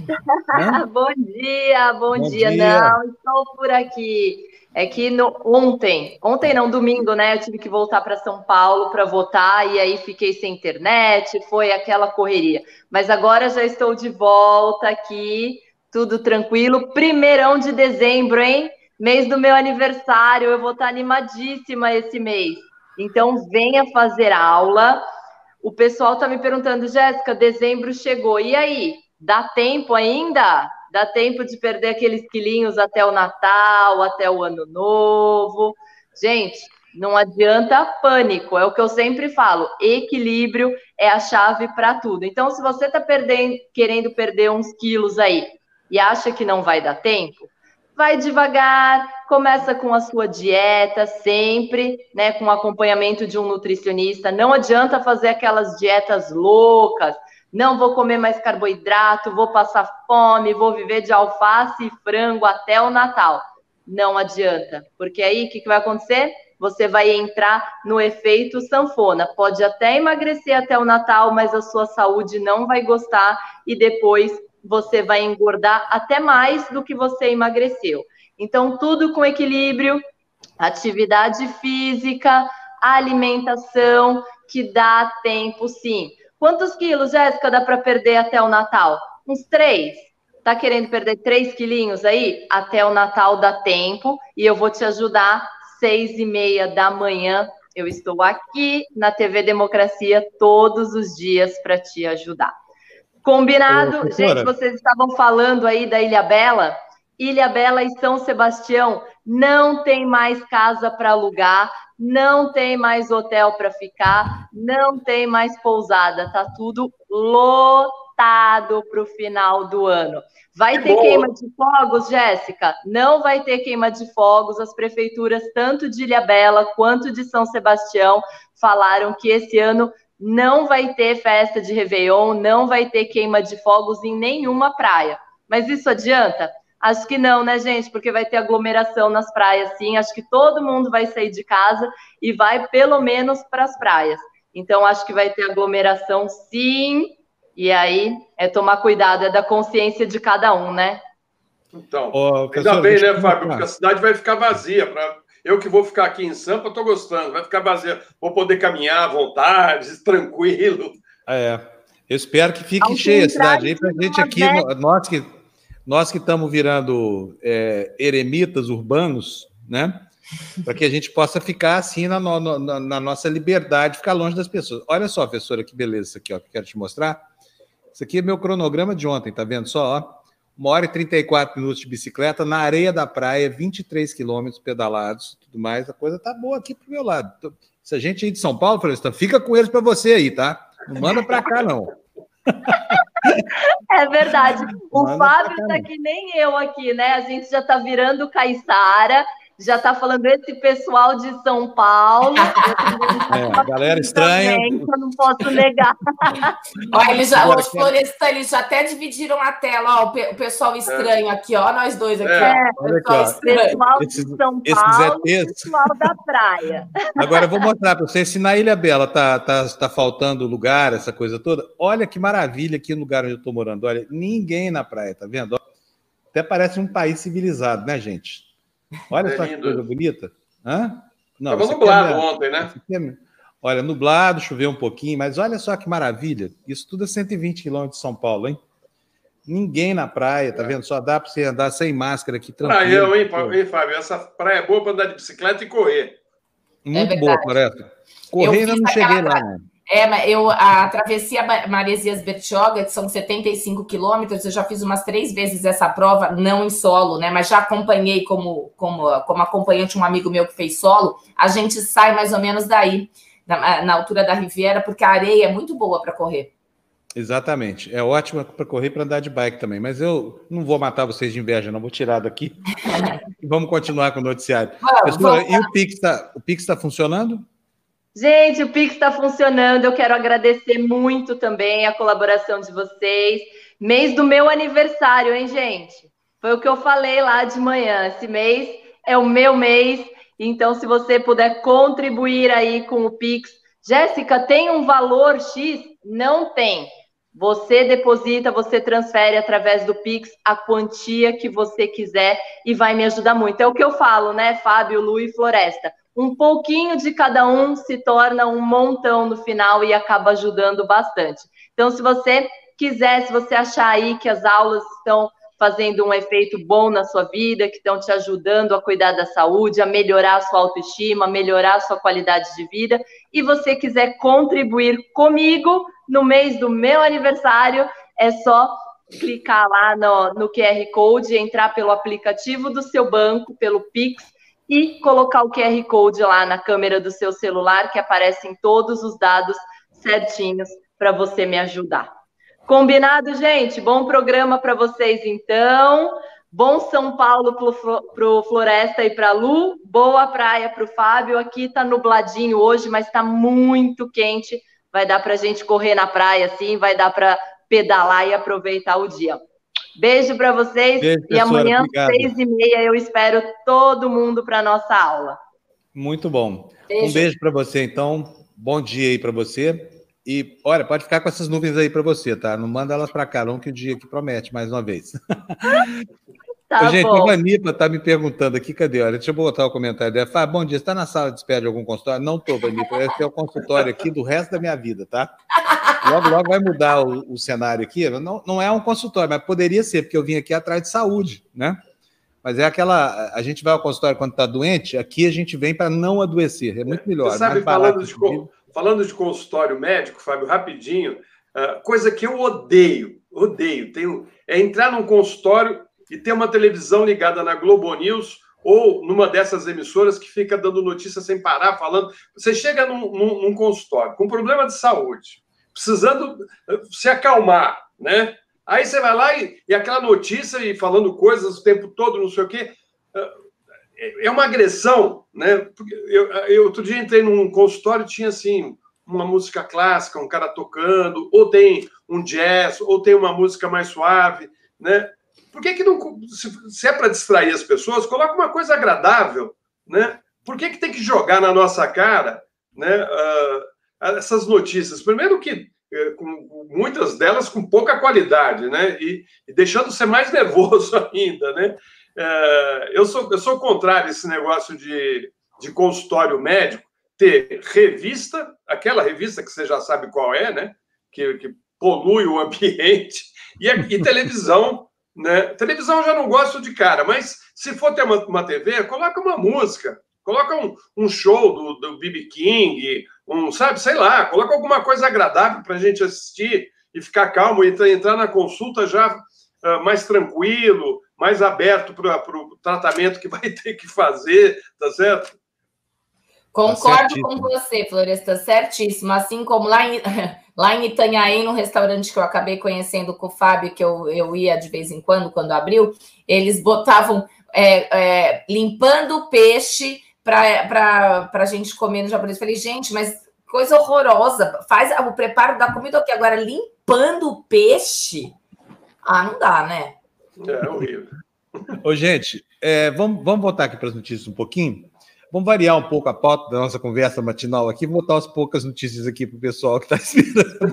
Bom dia, bom, bom dia. dia. Não, estou por aqui. É que no, ontem, ontem não, domingo, né? Eu tive que voltar para São Paulo para votar e aí fiquei sem internet, foi aquela correria. Mas agora já estou de volta aqui, tudo tranquilo. Primeirão de dezembro, hein? Mês do meu aniversário, eu vou estar animadíssima esse mês. Então, venha fazer aula. O pessoal está me perguntando, Jéssica, dezembro chegou. E aí, dá tempo ainda? Dá tempo de perder aqueles quilinhos até o Natal, até o Ano Novo? Gente, não adianta pânico. É o que eu sempre falo. Equilíbrio é a chave para tudo. Então, se você está perdendo, querendo perder uns quilos aí e acha que não vai dar tempo, vai devagar, começa com a sua dieta sempre, né, com acompanhamento de um nutricionista. Não adianta fazer aquelas dietas loucas. Não vou comer mais carboidrato, vou passar fome, vou viver de alface e frango até o Natal. Não adianta, porque aí o que, que vai acontecer? Você vai entrar no efeito sanfona. Pode até emagrecer até o Natal, mas a sua saúde não vai gostar e depois você vai engordar até mais do que você emagreceu. Então, tudo com equilíbrio, atividade física, alimentação, que dá tempo, sim. Quantos quilos, Jéssica, dá para perder até o Natal? Uns três? Tá querendo perder três quilinhos aí? Até o Natal dá tempo e eu vou te ajudar. Seis e meia da manhã, eu estou aqui na T V Democracia todos os dias para te ajudar. Combinado? Ô, gente, vocês estavam falando aí da Ilhabela. Ilhabela e São Sebastião não tem mais casa para alugar, não tem mais hotel para ficar, não tem mais pousada. Tá tudo lotado para o final do ano. Vai ter queima de fogos, Jéssica? Não vai ter queima de fogos. As prefeituras, tanto de Ilhabela quanto de São Sebastião, falaram que esse ano não vai ter festa de Réveillon, não vai ter queima de fogos em nenhuma praia. Mas isso adianta? Acho que não, né, gente? Porque vai ter aglomeração nas praias, sim. Acho que todo mundo vai sair de casa e vai, pelo menos, para as praias. Então, acho que vai ter aglomeração, sim. E aí, é tomar cuidado, é da consciência de cada um, né? Então, oh, ainda bem, né, Fábio? Porque a cidade vai ficar vazia. Pra... Eu que vou ficar aqui em Sampa, estou gostando. Vai ficar vazia. Vou poder caminhar à vontade, tranquilo. É, eu espero que fique cheia a cidade aí para a gente aqui, nós que nós que estamos virando é, eremitas urbanos, né? Para que a gente possa ficar assim na, no, na, na nossa liberdade, ficar longe das pessoas. Olha só, professora, que beleza isso aqui, ó, que eu quero te mostrar. Isso aqui é meu cronograma de ontem, tá vendo só? Ó? Uma hora e trinta e quatro minutos de bicicleta na areia da praia, vinte e três quilômetros pedalados, tudo mais. A coisa tá boa aqui pro meu lado. Se a gente aí de São Paulo, Florestan, fica com eles para você aí, tá? Não manda para cá, não. É verdade. O Manda Fábio tá que nem eu aqui, né? A gente já tá virando caiçara já está falando esse pessoal de São Paulo. É, a galera estranha. Também, eu não posso negar. Olha, eles já, os Florestan, eles já até dividiram a tela, ó, o, pe, o pessoal estranho é. aqui, ó, nós dois aqui, é. ó. O pessoal, aqui, ó. pessoal esses, de São Paulo e o pessoal da praia. Agora, eu vou mostrar para vocês, se na Ilha Bela tá, tá, tá faltando lugar, essa coisa toda, olha que maravilha aqui no lugar onde eu estou morando, olha, ninguém na praia, tá vendo? Até parece um país civilizado, né, gente? Olha é só lindo. Que coisa bonita. Hã? Não, estava nublado é minha... ontem, né? É... Olha, nublado, choveu um pouquinho, mas olha só que maravilha. Isso tudo é cento e vinte quilômetros de São Paulo, hein? Ninguém na praia, tá é. vendo? Só dá para você andar sem máscara aqui, tranquilo. Praião, hein, Fábio? Essa praia é boa para andar de bicicleta e correr. Muito é boa, Floresta. Correr ainda não cheguei lá, né? É, mas eu a travessia Maresias Bertioga, que são setenta e cinco quilômetros, eu já fiz umas três vezes essa prova, não em solo, né? Mas já acompanhei como, como, como acompanhante um amigo meu que fez solo. A gente sai mais ou menos daí, na, na altura da Riviera, porque a areia é muito boa para correr. Exatamente. É ótima para correr e para andar de bike também. Mas eu não vou matar vocês de inveja, não. Vou tirar daqui. E vamos continuar com o noticiário. Vamos, Pessoal, vamos. E o Pix está o Pix tá funcionando? Gente, o Pix está funcionando, eu quero agradecer muito também a colaboração de vocês. Mês do meu aniversário, hein, gente? Foi o que eu falei lá de manhã, esse mês é o meu mês, então se você puder contribuir aí com o Pix. Jéssica, tem um valor X? Não tem. Você deposita, você transfere através do Pix a quantia que você quiser e vai me ajudar muito. É o que eu falo, né, Fábio, Lu e Floresta? Um pouquinho de cada um se torna um montão no final e acaba ajudando bastante. Então, se você quiser, se você achar aí que as aulas estão fazendo um efeito bom na sua vida, que estão te ajudando a cuidar da saúde, a melhorar a sua autoestima, a melhorar a sua qualidade de vida, e você quiser contribuir comigo no mês do meu aniversário, é só clicar lá no, no Q R Code, entrar pelo aplicativo do seu banco, pelo Pix, e colocar o Q R Code lá na câmera do seu celular, que aparecem todos os dados certinhos para você me ajudar. Combinado, gente? Bom programa para vocês, então. Bom São Paulo para o Floresta e para a Lu. Boa praia para o Fábio. Aqui está nubladinho hoje, mas está muito quente. Vai dar para a gente correr na praia, sim. Vai dar para pedalar e aproveitar o dia. Beijo para vocês. Beijo, e amanhã, às seis e meia, eu espero todo mundo para a nossa aula. Muito bom. Beijo. Um beijo para você, então. Bom dia aí para você. E, olha, pode ficar com essas nuvens aí para você, tá? Não manda elas para cá, não, que o dia que promete, mais uma vez. Tá Ô, gente, bom. a Vanipa está me perguntando aqui, cadê? Olha, deixa eu botar o comentário dela. Fala, bom dia, você está na sala de espera de algum consultório? Não estou, Vanipa. Esse é o consultório aqui do resto da minha vida, tá? Logo, logo vai mudar o, o cenário aqui. Não, não é um consultório, mas poderia ser, porque eu vim aqui atrás de saúde, né? Mas é aquela... A gente vai ao consultório quando está doente, aqui a gente vem para não adoecer. É muito melhor. Você sabe, falando de, falando de consultório médico, Fábio, rapidinho, uh, coisa que eu odeio, odeio, tenho, é entrar num consultório e ter uma televisão ligada na Globo News ou numa dessas emissoras que fica dando notícia sem parar, falando... Você chega num, num, num consultório com problema de saúde, precisando se acalmar, né? Aí você vai lá e, e aquela notícia e falando coisas o tempo todo, não sei o quê. É uma agressão, né? Porque eu, eu outro dia entrei num consultório e tinha, assim, uma música clássica, um cara tocando, ou tem um jazz, ou tem uma música mais suave, né? Por que que não... Se, se é para distrair as pessoas, coloca uma coisa agradável, né? Por que que tem que jogar na nossa cara, né, uh, essas notícias? Primeiro que com muitas delas com pouca qualidade, né? E, e deixando você mais nervoso ainda, né? É, eu, sou, eu sou contrário a esse negócio de, de consultório médico, ter revista, aquela revista que você já sabe qual é, né? Que, que polui o ambiente, e, e televisão, né? Televisão eu já não gosto de cara, mas se for ter uma, uma T V, coloca uma música, coloca um, um show do, do B B King, um, sabe, sei lá, coloca alguma coisa agradável para a gente assistir e ficar calmo e entrar na consulta já uh, mais tranquilo, mais aberto para o tratamento que vai ter que fazer, tá certo? Concordo tá com você, Floresta, certíssimo. Assim como lá em, lá em Itanhaém, no restaurante que eu acabei conhecendo com o Fábio, que eu, eu ia de vez em quando, quando abriu, eles botavam é, é, limpando o peixe para a gente comer no japonês. Falei, gente, mas coisa horrorosa. Faz o preparo da comida aqui. Agora, limpando o peixe... Ah, não dá, né? É horrível. Ô, gente, é, vamos, vamos voltar aqui para as notícias um pouquinho. Vamos variar um pouco a pauta da nossa conversa matinal aqui. Vou botar umas poucas notícias aqui para o pessoal que está esperando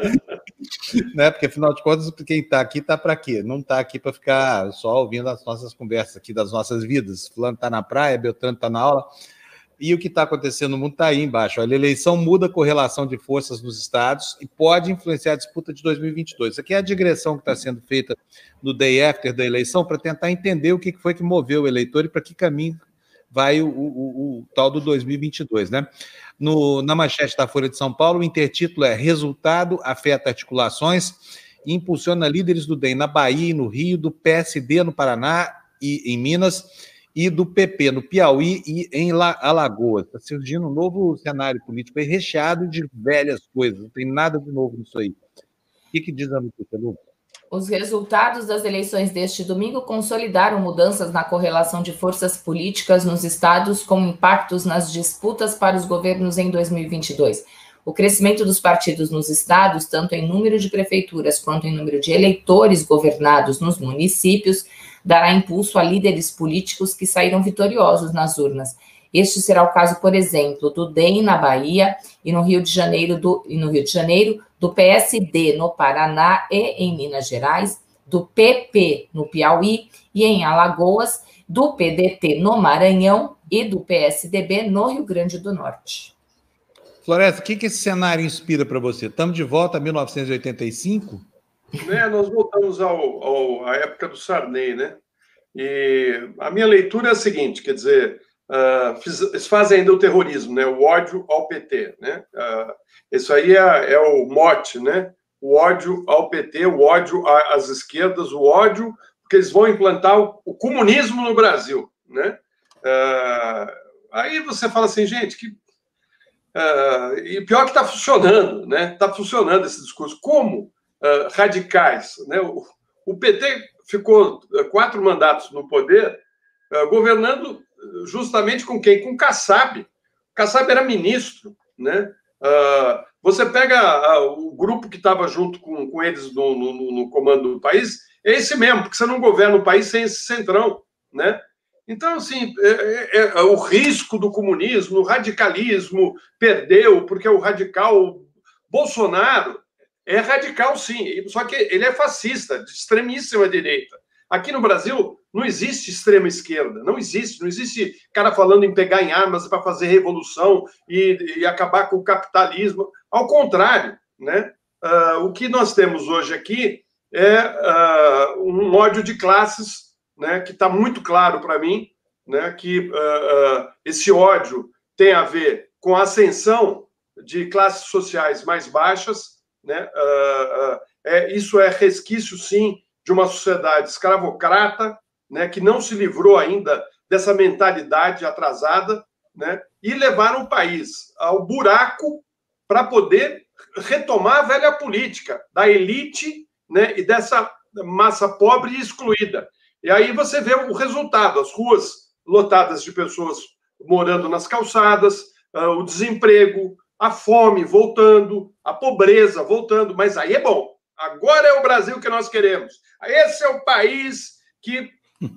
aqui. Né? Porque, afinal de contas, quem está aqui está para quê? Não está aqui para ficar só ouvindo as nossas conversas aqui das nossas vidas. Fulano está na praia, Beltrano está na aula. E o que está acontecendo no mundo está aí embaixo. Olha, a eleição muda a correlação de forças nos estados e pode influenciar a disputa de dois mil e vinte e dois. Isso aqui é a digressão que está sendo feita no day after da eleição para tentar entender o que foi que moveu o eleitor e para que caminho vai o, o, o, o tal do dois mil e vinte e dois, né? No, na manchete da Folha de São Paulo, o intertítulo é Resultado afeta articulações e impulsiona líderes do D E M na Bahia e no Rio, do P S D no Paraná e em Minas e do P P no Piauí e em Alagoas. Está surgindo um novo cenário político aí, recheado de velhas coisas, não tem nada de novo nisso aí. O que, que diz a notícia, Lu? Os resultados das eleições deste domingo consolidaram mudanças na correlação de forças políticas nos estados com impactos nas disputas para os governos em dois mil e vinte e dois. O crescimento dos partidos nos estados, tanto em número de prefeituras quanto em número de eleitores governados nos municípios, dará impulso a líderes políticos que saíram vitoriosos nas urnas. Este será o caso, por exemplo, do D E M na Bahia e no Rio de Janeiro, do, e no Rio de Janeiro, do P S D no Paraná e em Minas Gerais, do P P no Piauí e em Alagoas, do P D T no Maranhão e do P S D B no Rio Grande do Norte. Floresta, o que, que esse cenário inspira para você? Estamos de volta a mil novecentos e oitenta e cinco? Né, nós voltamos ao, ao, à época do Sarney, né? E a minha leitura é a seguinte, quer dizer, uh, fiz, eles fazem ainda o terrorismo, né? O ódio ao P T, né? Uh, isso aí é, é o mote, né? O ódio ao P T, o ódio às esquerdas, o ódio, porque eles vão implantar o, o comunismo no Brasil, né? Uh, aí você fala assim, gente, que uh, e pior que está funcionando, né? Está funcionando esse discurso. Como uh, radicais, né? O, o P T ficou quatro mandatos no poder, uh, governando justamente com quem? Com Kassab. Kassab era ministro, né? Uh, você pega uh, o grupo que estava junto com, com eles no, no, no comando do país, é esse mesmo, porque você não governa o país sem esse centrão, né? Então, assim, é, é, é, o risco do comunismo, o radicalismo perdeu, porque o radical Bolsonaro é radical, sim, só que ele é fascista, de extremíssima direita. Aqui no Brasil não existe extrema esquerda, não existe, não existe cara falando em pegar em armas para fazer revolução e, e acabar com o capitalismo. Ao contrário, né? Uh, o que nós temos hoje aqui é uh, um ódio de classes, né, que está muito claro para mim, né, que uh, uh, esse ódio tem a ver com a ascensão de classes sociais mais baixas, né? Uh, uh, é, isso é resquício, sim, de uma sociedade escravocrata, né, que não se livrou ainda dessa mentalidade atrasada, né, e levaram o país ao buraco para poder retomar a velha política da elite, né, e dessa massa pobre e excluída. E aí você vê o resultado, as ruas lotadas de pessoas morando nas calçadas, uh, o desemprego, a fome voltando, a pobreza voltando, mas aí é bom. Agora é o Brasil que nós queremos. Esse é o país que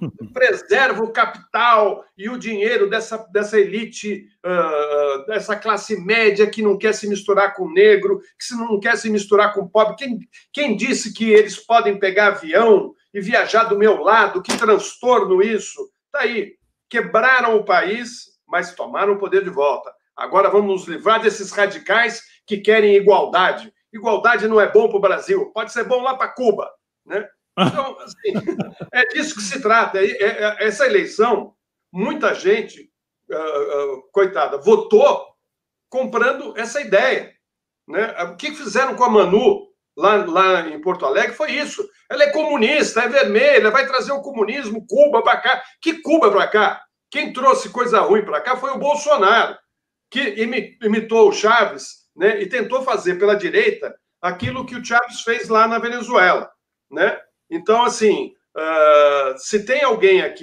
preserva o capital e o dinheiro dessa, dessa elite, uh, dessa classe média que não quer se misturar com o negro, que não quer se misturar com o pobre. Quem, quem disse que eles podem pegar avião e viajar do meu lado? Que transtorno isso! Está aí. Quebraram o país, mas tomaram o poder de volta. Agora vamos nos livrar desses radicais que querem igualdade. Igualdade não é bom para o Brasil, pode ser bom lá para Cuba, né? Então, assim, é disso que se trata. É, é, essa eleição, muita gente, uh, uh, coitada, votou comprando essa ideia, né? O que fizeram com a Manu lá, lá em Porto Alegre foi isso. Ela é comunista, é vermelha, vai trazer o comunismo, Cuba para cá. Que Cuba para cá? Quem trouxe coisa ruim para cá foi o Bolsonaro, que imitou o Chaves, né, e tentou fazer pela direita aquilo que o Chaves fez lá na Venezuela, né? Então, assim, uh, se tem alguém aqui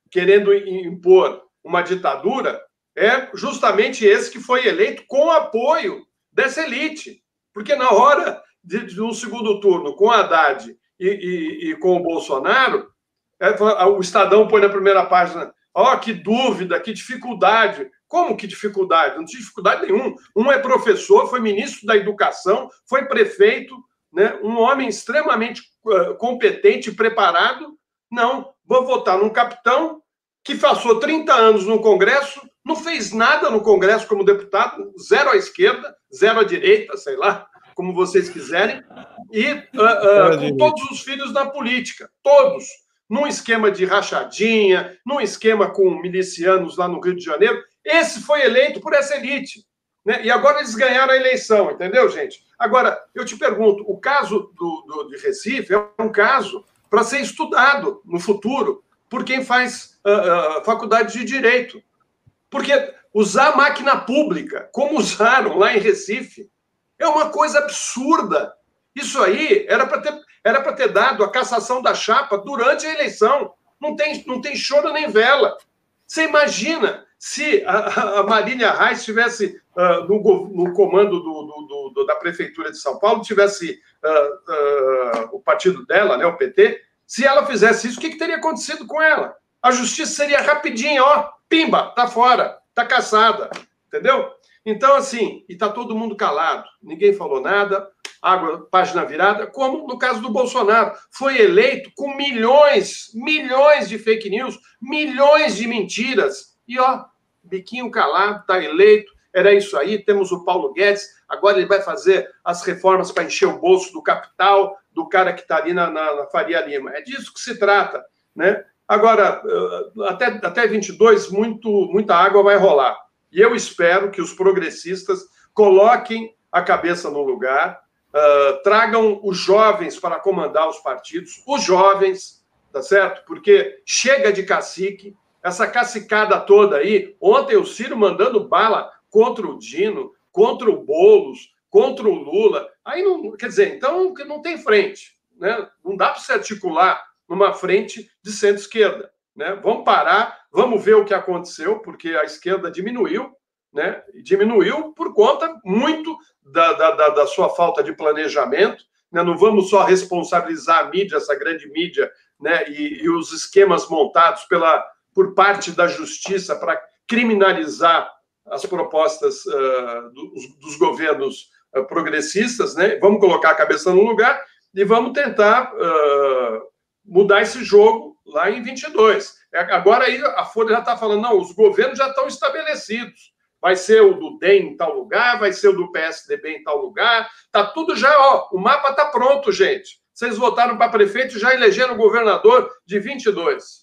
querendo impor uma ditadura, é justamente esse que foi eleito com o apoio dessa elite. Porque na hora de, de um segundo turno, com Haddad e, e, e com o Bolsonaro, é, o Estadão põe na primeira página, ó, oh, que dúvida, que dificuldade. Como que dificuldade? Não tinha dificuldade nenhuma. Um é professor, foi ministro da Educação, foi prefeito, né? Um homem extremamente uh, competente e preparado. Não, vou votar num capitão que passou trinta anos no Congresso, não fez nada no Congresso como deputado, zero à esquerda, zero à direita, sei lá, como vocês quiserem, e uh, uh, com todos os filhos na política, todos, num esquema de rachadinha, num esquema com milicianos lá no Rio de Janeiro. Esse foi eleito por essa elite, né? E agora eles ganharam a eleição, entendeu, gente? Agora, eu te pergunto, o caso do, do, de Recife é um caso para ser estudado no futuro por quem faz uh, uh, faculdade de Direito. Porque usar máquina pública, como usaram lá em Recife, é uma coisa absurda. Isso aí era para ter, era para ter dado a cassação da chapa durante a eleição. Não tem, não tem choro nem vela. Você imagina se a, a Marília Reis estivesse uh, no, no comando do, do, do, da Prefeitura de São Paulo, tivesse uh, uh, o partido dela, né, o P T, se ela fizesse isso, o que, que teria acontecido com ela? A justiça seria rapidinho, ó, pimba, tá fora, tá caçada, entendeu? Então, assim, e tá todo mundo calado, ninguém falou nada, água, página virada, como no caso do Bolsonaro, foi eleito com milhões, milhões de fake news, milhões de mentiras, e ó, biquinho calado, tá eleito, era isso aí, temos o Paulo Guedes, agora ele vai fazer as reformas para encher o bolso do capital, do cara que está ali na, na, na Faria Lima. É disso que se trata, né? Agora, até, até vinte e dois, muito, muita água vai rolar. E eu espero que os progressistas coloquem a cabeça no lugar, uh, tragam os jovens para comandar os partidos, os jovens, tá certo? Porque chega de cacique, essa cacicada toda aí. Ontem o Ciro mandando bala contra o Dino, contra o Boulos, contra o Lula. Aí não, quer dizer, então não tem frente, né? Não dá para se articular numa frente de centro-esquerda, né? Vamos parar, vamos ver o que aconteceu, porque a esquerda diminuiu, né? Diminuiu por conta muito da, da, da sua falta de planejamento, né? Não vamos só responsabilizar a mídia, essa grande mídia, né? E, e os esquemas montados pela, por parte da justiça para criminalizar as propostas uh, dos, dos governos uh, progressistas, né? Vamos colocar a cabeça no lugar e vamos tentar uh, mudar esse jogo lá em vinte e dois. Agora aí a Folha já está falando, não, os governos já estão estabelecidos. Vai ser o do D E M em tal lugar, vai ser o do P S D B em tal lugar. Está tudo já, ó, o mapa está pronto, gente. Vocês votaram para prefeito e já elegeram o governador de vinte e dois.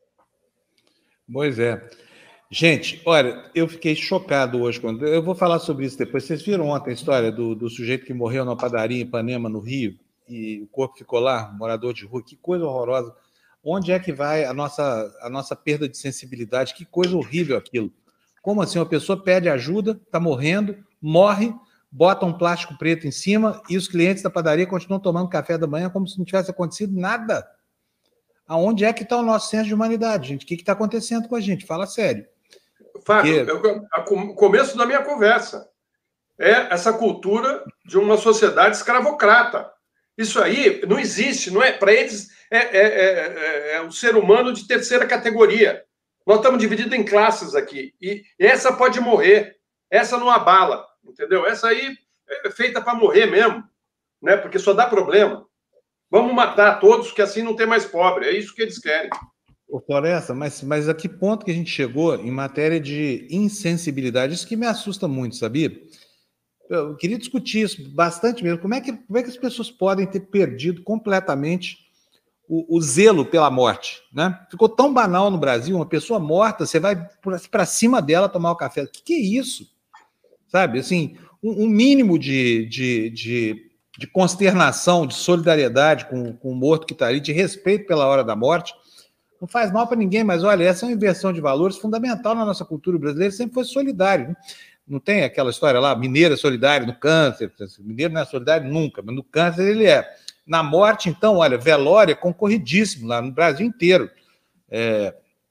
Pois é. Gente, olha, eu fiquei chocado hoje. Quando eu vou falar sobre isso depois. Vocês viram ontem a história do, do sujeito que morreu na padaria em Ipanema, no Rio, e o corpo ficou lá, morador de rua? Que coisa horrorosa. Onde é que vai a nossa, a nossa perda de sensibilidade? Que coisa horrível aquilo. Como assim? Uma pessoa pede ajuda, está morrendo, morre, bota um plástico preto em cima e os clientes da padaria continuam tomando café da manhã como se não tivesse acontecido nada. Aonde é que está o nosso senso de humanidade, gente? O que está acontecendo com a gente? Fala sério. Fábio, Porque... o começo da minha conversa é essa cultura de uma sociedade escravocrata. Isso aí não existe, não é? Para eles é, é, é, é um ser humano de terceira categoria. Nós estamos divididos em classes aqui. E essa pode morrer, essa não abala, entendeu? Essa aí é feita para morrer mesmo, né? Porque só dá problema. Vamos matar todos, que assim não tem mais pobre. É isso que eles querem. Ô, Floresta, mas, mas a que ponto que a gente chegou em matéria de insensibilidade? Isso que me assusta muito, sabia? Eu queria discutir isso bastante mesmo. Como é que, como é que as pessoas podem ter perdido completamente o, o zelo pela morte, né? Ficou tão banal no Brasil, uma pessoa morta, você vai para cima dela tomar o café. O que, que é isso? Sabe, assim, um, um mínimo de, de, de, de consternação, de solidariedade com, com o morto que está ali, de respeito pela hora da morte, não faz mal para ninguém, mas olha, essa é uma inversão de valores fundamental na nossa cultura brasileira, sempre foi solidário, né? Não tem aquela história lá, mineiro é solidário no câncer, mineiro não é solidário nunca, mas no câncer ele é. Na morte, então, olha, velório é concorridíssimo lá no Brasil inteiro. É,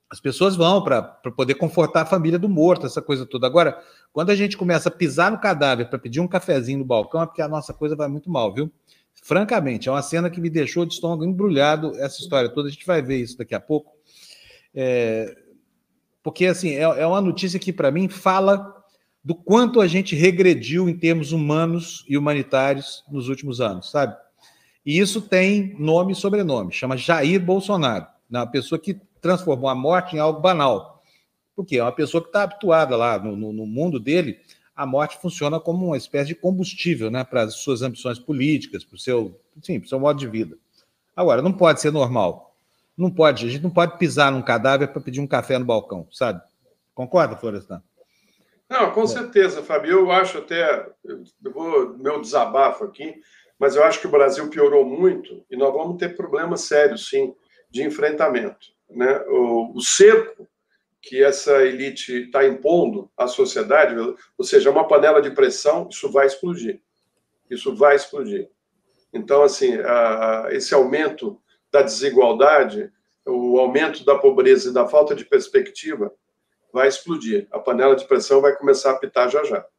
As pessoas vão para poder confortar a família do morto, essa coisa toda. Agora, quando a gente começa a pisar no cadáver para pedir um cafezinho no balcão, é porque a nossa coisa vai muito mal, viu? Francamente, é uma cena que me deixou de estômago embrulhado, essa história toda. A gente vai ver isso daqui a pouco. É... Porque, assim, é, é uma notícia que, para mim, fala do quanto a gente regrediu em termos humanos e humanitários nos últimos anos, sabe? E isso tem nome e sobrenome, chama Jair Bolsonaro, uma pessoa que transformou a morte em algo banal. Porque é uma pessoa que está habituada lá no, no, no mundo dele, a morte funciona como uma espécie de combustível, né, para as suas ambições políticas, para o seu, sim, para o seu modo de vida. Agora, não pode ser normal. Não pode, a gente não pode pisar num cadáver para pedir um café no balcão, sabe? Concorda, Florestan? Não, com certeza, Fábio. Eu acho até, eu vou meu desabafo aqui, mas eu acho que o Brasil piorou muito e nós vamos ter problemas sérios, sim, de enfrentamento, né? O, o cerco que essa elite está impondo à sociedade, ou seja, uma panela de pressão, isso vai explodir. Isso vai explodir. Então, assim, a, esse aumento da desigualdade, o aumento da pobreza e da falta de perspectiva vai explodir. A panela de pressão vai começar a apitar já já.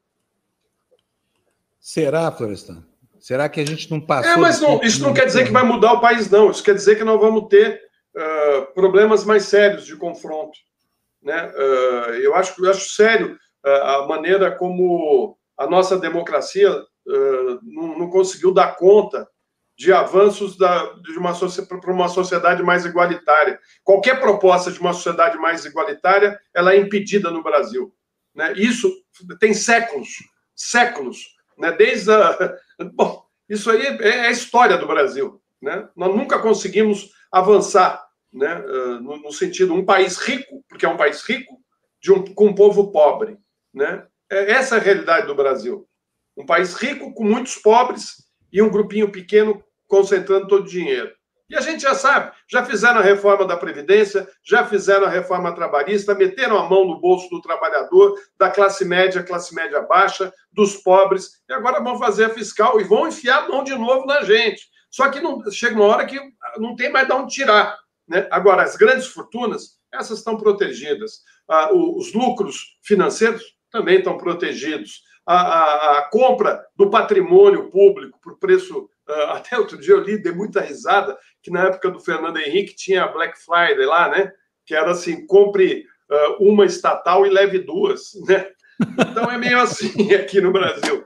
Será, Florestan? Será que a gente não passou... É, mas não, isso não quer dizer que vai mudar o país, não. Isso quer dizer que nós vamos ter uh, problemas mais sérios de confronto. Né? Uh, eu, acho, eu acho sério uh, a maneira como a nossa democracia uh, não, não conseguiu dar conta de avanços da, de uma, para uma sociedade mais igualitária. Qualquer proposta de uma sociedade mais igualitária, ela é impedida no Brasil. Né? Isso tem séculos, séculos, né? Desde a... Bom, isso aí é a história do Brasil. Né? Nós nunca conseguimos avançar, né? no, no sentido um país rico, porque é um país rico, de um, com um povo pobre. Né? Essa é a realidade do Brasil. Um país rico com muitos pobres e um grupinho pequeno concentrando todo o dinheiro. E a gente já sabe, já fizeram a reforma da Previdência, já fizeram a reforma trabalhista, meteram a mão no bolso do trabalhador, da classe média, classe média baixa, dos pobres, e agora vão fazer a fiscal e vão enfiar a mão de novo na gente. Só que não, chega uma hora que não tem mais de onde tirar. Né? Agora, as grandes fortunas, essas estão protegidas. Ah, os lucros financeiros também estão protegidos. A, a, a compra do patrimônio público por preço... Uh, até outro dia eu li, dei muita risada, que na época do Fernando Henrique tinha a Black Friday lá, né? Que era assim, compre uh, uma estatal e leve duas, né? Então é meio assim aqui no Brasil.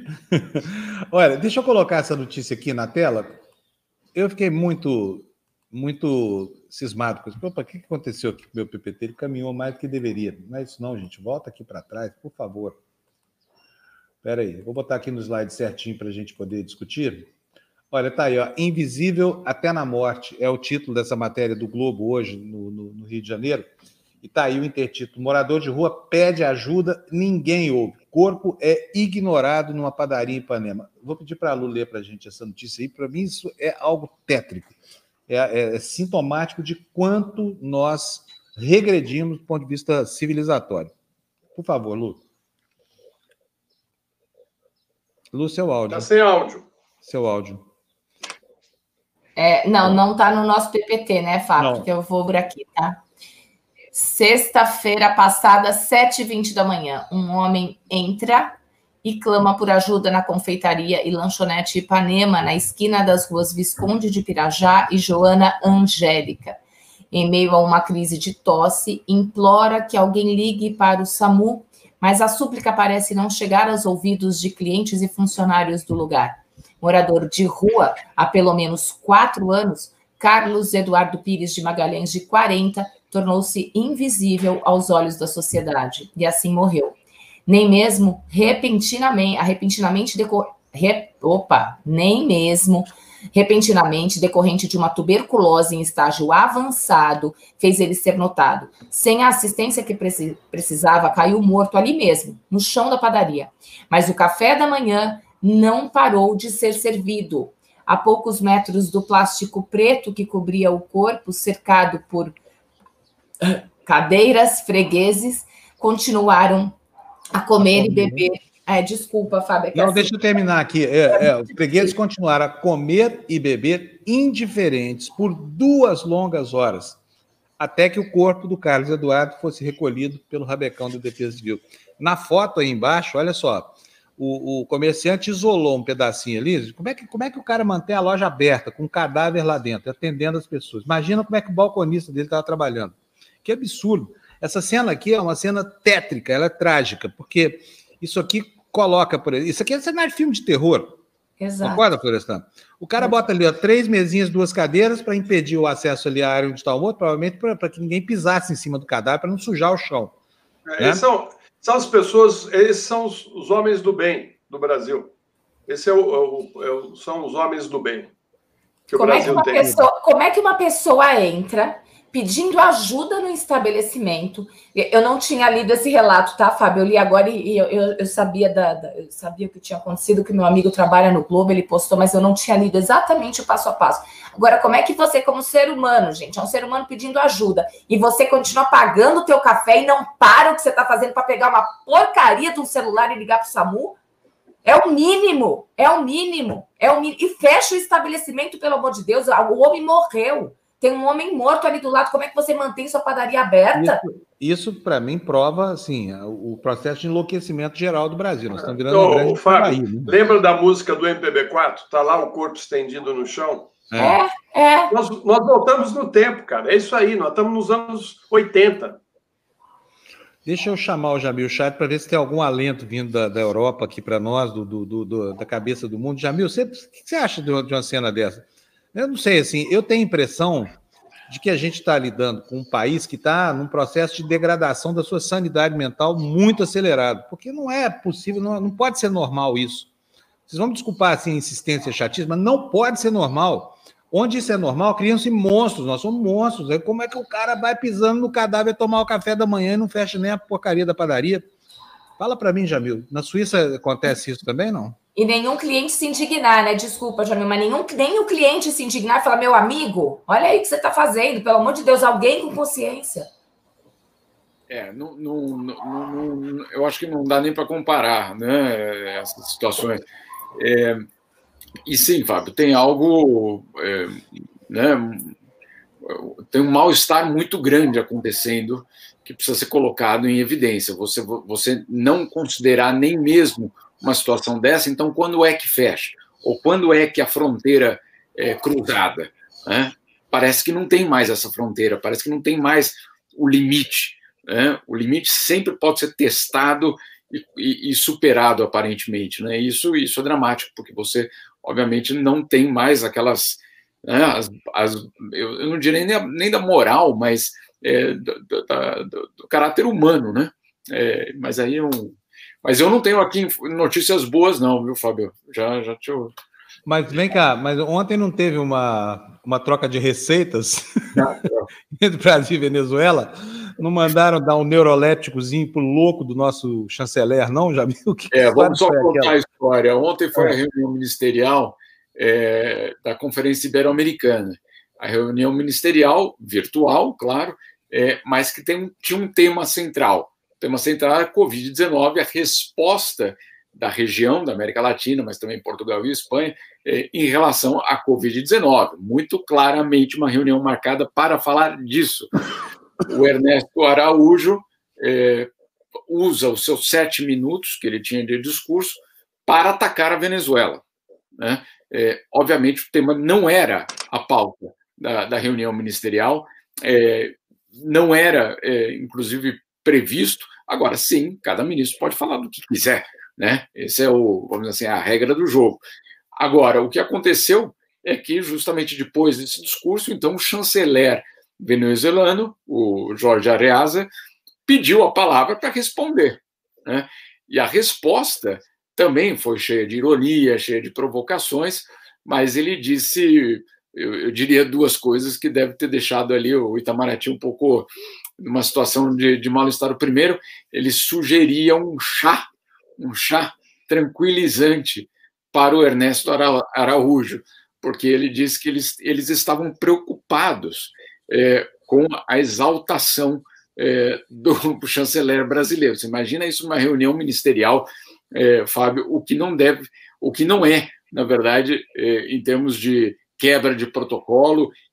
Olha, deixa eu colocar essa notícia aqui na tela. Eu fiquei muito, muito cismado com isso. Opa, o que aconteceu aqui com o meu P P T? Ele caminhou mais do que deveria. Não é isso não, gente. Volta aqui para trás, por favor. Espera aí, eu vou botar aqui no slide certinho para a gente poder discutir. Olha, tá aí, ó, Invisível até na morte, é o título dessa matéria do Globo hoje, no, no, no Rio de Janeiro, e tá aí o intertítulo, morador de rua pede ajuda, ninguém ouve, corpo é ignorado numa padaria em Ipanema. Vou pedir para a Lu ler para a gente essa notícia aí, para mim isso é algo tétrico, é, é, é sintomático de quanto nós regredimos do ponto de vista civilizatório. Por favor, Lu. Lu, seu áudio. Está sem áudio. Seu áudio. É, não, não está no nosso P P T, né, Fábio? Porque eu vou por aqui, tá? Sexta-feira passada, sete e vinte da manhã, um homem entra e clama por ajuda na confeitaria e lanchonete Ipanema, na esquina das ruas Visconde de Pirajá e Joana Angélica. Em meio a uma crise de tosse, implora que alguém ligue para o SAMU, mas a súplica parece não chegar aos ouvidos de clientes e funcionários do lugar. Morador de rua há pelo menos quatro anos, Carlos Eduardo Pires de Magalhães, de quarenta, tornou-se invisível aos olhos da sociedade e assim morreu. Nem mesmo repentinamente, repentinamente decor, re, opa, nem mesmo repentinamente decorrente de uma tuberculose em estágio avançado fez ele ser notado. Sem a assistência que precisava, caiu morto ali mesmo, no chão da padaria. Mas o café da manhã não parou de ser servido. A poucos metros do plástico preto que cobria o corpo, cercado por cadeiras, fregueses, continuaram a comer e beber. É, desculpa, Fábio. É não, assim... deixa eu terminar aqui. É, é, os fregueses continuaram a comer e beber indiferentes por duas longas horas, até que o corpo do Carlos Eduardo fosse recolhido pelo rabecão da Defesa Civil. Na foto aí embaixo, olha só, o, o comerciante isolou um pedacinho ali. Como é, que, como é que o cara mantém a loja aberta, com um cadáver lá dentro, atendendo as pessoas? Imagina como é que o balconista dele estava trabalhando. Que absurdo. Essa cena aqui é uma cena tétrica, ela é trágica, porque isso aqui coloca, por exemplo, isso aqui é cenário de filme de terror. Exato. Concorda, Florestan? O cara bota ali ó, três mesinhas, duas cadeiras para impedir o acesso ali à área onde está o morto, provavelmente para que ninguém pisasse em cima do cadáver, para não sujar o chão. É, né? são, são as pessoas, esses são os, os homens do bem do Brasil. Esse é o, é o, é o, são os homens do bem que o como Brasil é que uma tem. Pessoa, como é que uma pessoa entra pedindo ajuda no estabelecimento? Eu não tinha lido esse relato, tá, Fábio? Eu li agora e eu, eu, eu sabia da, da, eu sabia o que tinha acontecido, que meu amigo trabalha no Globo, ele postou, mas eu não tinha lido exatamente o passo a passo. Agora, como é que você, como ser humano, gente, é um ser humano pedindo ajuda, e você continua pagando o teu café e não para o que você está fazendo para pegar uma porcaria de um celular e ligar para o SAMU? É o mínimo, é o mínimo, é o mínimo. E fecha o estabelecimento, pelo amor de Deus, o homem morreu. Tem um homem morto ali do lado, como é que você mantém sua padaria aberta? Isso, isso para mim, prova assim, o processo de enlouquecimento geral do Brasil. Nós estamos virando Ô, uma grande Fábio, Bahia, né? lembra da música do M P B quatro? Tá lá o corpo estendido no chão? É, é. Nós, nós voltamos no tempo, cara. É isso aí, nós estamos nos anos oitenta. Deixa eu chamar o Jamil Chat para ver se tem algum alento vindo da, da Europa aqui para nós, do, do, do, da cabeça do mundo. Jamil, você, o que você acha de uma, de uma cena dessa? Eu não sei, assim, eu tenho a impressão de que a gente está lidando com um país que está num processo de degradação da sua sanidade mental muito acelerado, porque não é possível, não, não pode ser normal isso. Vocês vão me desculpar assim, a insistência chatíssima, mas não pode ser normal. Onde isso é normal, criam-se monstros, nós somos monstros. Aí como é que o cara vai pisando no cadáver tomar o café da manhã e não fecha nem a porcaria da padaria? Fala para mim, Jamil, na Suíça acontece isso também, não? E nenhum cliente se indignar, né? Desculpa, Jamil, mas nenhum, nem o cliente se indignar e falar, meu amigo, olha aí o que você está fazendo, pelo amor de Deus, alguém com consciência. É, não, não, não, não, eu acho que não dá nem para comparar, né, essas situações. É, e sim, Fábio, tem algo, é, né, tem um mal-estar muito grande acontecendo que precisa ser colocado em evidência. Você, você não considerar nem mesmo uma situação dessa, então quando é que fecha? Ou quando é que a fronteira é cruzada? Né? Parece que não tem mais essa fronteira, parece que não tem mais o limite. Né? O limite sempre pode ser testado e, e, e superado, aparentemente. Né? Isso, isso é dramático, porque você, obviamente, não tem mais aquelas... Né, as, as, eu, eu não diria nem, nem da moral, mas é, do, do, do, do caráter humano. Né? É, mas aí é um... Mas eu não tenho aqui notícias boas, não, viu, Fábio? Já, já te... Mas vem cá, mas ontem não teve uma, uma troca de receitas entre Brasil e Venezuela? Não mandaram dar um neuroléticozinho pro louco do nosso chanceler, não? Já viu que É, vamos só contar a história. Ontem foi a reunião ministerial é, da Conferência Ibero-Americana. A reunião ministerial, virtual, claro, é, mas que tem, tinha um tema central. O tema central é a covid dezenove, a resposta da região, da América Latina, mas também Portugal e Espanha, eh, em relação à covid dezenove. Muito claramente uma reunião marcada para falar disso. O Ernesto Araújo eh, usa os seus sete minutos que ele tinha de discurso para atacar a Venezuela. Né? Eh, obviamente, o tema não era a pauta da, da reunião ministerial, eh, não era, eh, inclusive, previsto. Agora, sim, cada ministro pode falar do que quiser, né? Esse é o, vamos dizer assim, a regra do jogo. Agora, o que aconteceu é que, justamente depois desse discurso, então, o chanceler venezuelano, o Jorge Arreaza, pediu a palavra para responder, né? E a resposta também foi cheia de ironia, cheia de provocações, mas ele disse, eu, eu diria, duas coisas que deve ter deixado ali o Itamaraty um pouco numa situação de, de mal-estar. O primeiro, ele sugeria um chá, um chá tranquilizante para o Ernesto Araújo, porque ele disse que eles, eles estavam preocupados é, com a exaltação é, do chanceler brasileiro. Você imagina isso numa reunião ministerial, é, Fábio, o que não deve, o que não é, na verdade, é, em termos de quebra de protocolo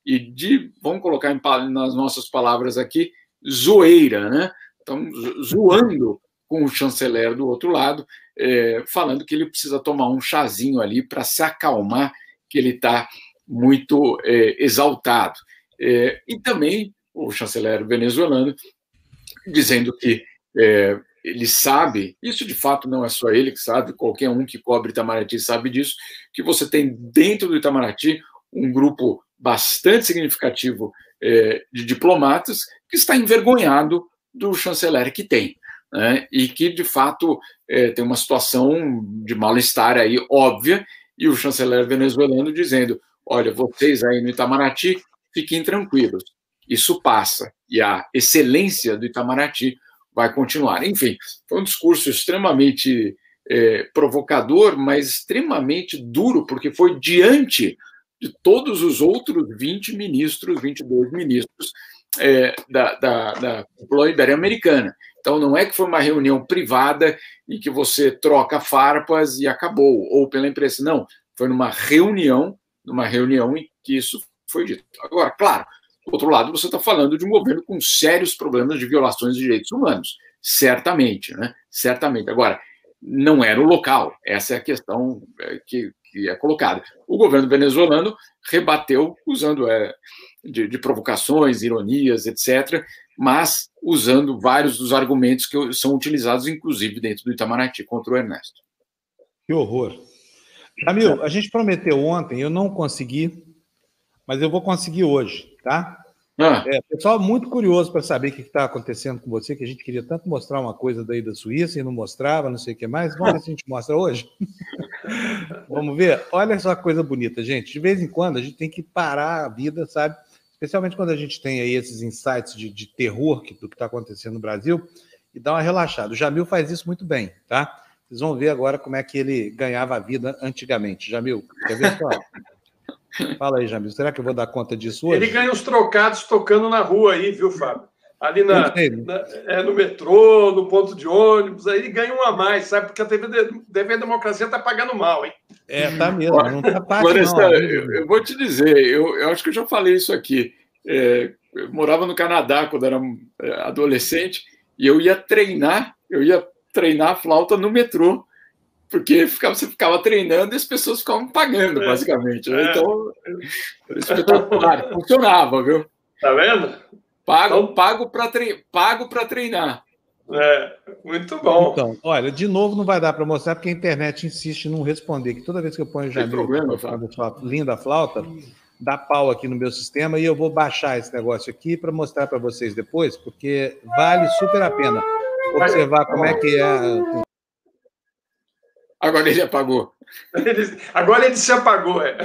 e de, vamos colocar em, nas nossas palavras aqui, zoeira, né? Então, zoando com o chanceler do outro lado, é, falando que ele precisa tomar um chazinho ali para se acalmar, que ele está muito é, exaltado. É, e também o chanceler venezuelano dizendo que é, ele sabe, isso de fato não é só ele que sabe, qualquer um que cobre Itamaraty sabe disso, que você tem dentro do Itamaraty um grupo bastante significativo é, de diplomatas que está envergonhado do chanceler que tem, né? E que, de fato, é, tem uma situação de mal-estar aí óbvia, e o chanceler venezuelano dizendo, olha, vocês aí no Itamaraty, fiquem tranquilos, isso passa, e a excelência do Itamaraty vai continuar. Enfim, foi um discurso extremamente é, provocador, mas extremamente duro, porque foi diante de todos os outros vinte ministros, vinte e dois ministros é, da, da, da cúpula ibero-americana. Então, não é que foi uma reunião privada em que você troca farpas e acabou, ou pela imprensa. Não, foi numa reunião, numa reunião em que isso foi dito. Agora, claro, do outro lado, você está falando de um governo com sérios problemas de violações de direitos humanos, certamente, né? Certamente. Agora, não era o local, essa é a questão que, que é colocada. O governo venezuelano rebateu usando é, de, de provocações, ironias, etcétera, mas usando vários dos argumentos que são utilizados, inclusive, dentro do Itamaraty contra o Ernesto. Que horror. Jamil, a gente prometeu ontem, eu não consegui, mas eu vou conseguir hoje, tá? Ah. É, pessoal muito curioso para saber o que está acontecendo com você, que a gente queria tanto mostrar uma coisa daí da Suíça e não mostrava, não sei o que mais. Vamos ver se a gente mostra hoje. Vamos ver? Olha só que coisa bonita, gente. De vez em quando a gente tem que parar a vida, sabe? Especialmente quando a gente tem aí esses insights de, de terror que, do que está acontecendo no Brasil e dar uma relaxada. O Jamil faz isso muito bem, tá? Vocês vão ver agora como é que ele ganhava a vida antigamente. Jamil, quer ver só? Fala aí, Jamil. Será que eu vou dar conta disso hoje? Ele ganha os trocados tocando na rua aí, viu, Fábio? Ali na, na, é, no metrô, no ponto de ônibus, aí ele ganha um a mais, sabe? Porque a T V, T V Democracia está pagando mal, hein? É, tá mesmo. Não tá fácil, Florestan, não. Eu, eu vou te dizer, eu, eu acho que eu já falei isso aqui. É, eu morava no Canadá quando era adolescente e eu ia treinar, eu ia treinar flauta no metrô, porque ficava, você ficava treinando e as pessoas ficavam pagando, é, basicamente. Né? É. Então, era espetacular, funcionava, viu? Tá vendo? Pago, então... pago para tre... treinar. É, muito bom. Então, olha, de novo não vai dar para mostrar, porque a internet insiste em não responder, que toda vez que eu ponho o Jamil, linda flauta, dá pau aqui no meu sistema, e eu vou baixar esse negócio aqui para mostrar para vocês depois, porque vale super a pena observar como é que é... Agora ele apagou. Ele, agora ele se apagou, é.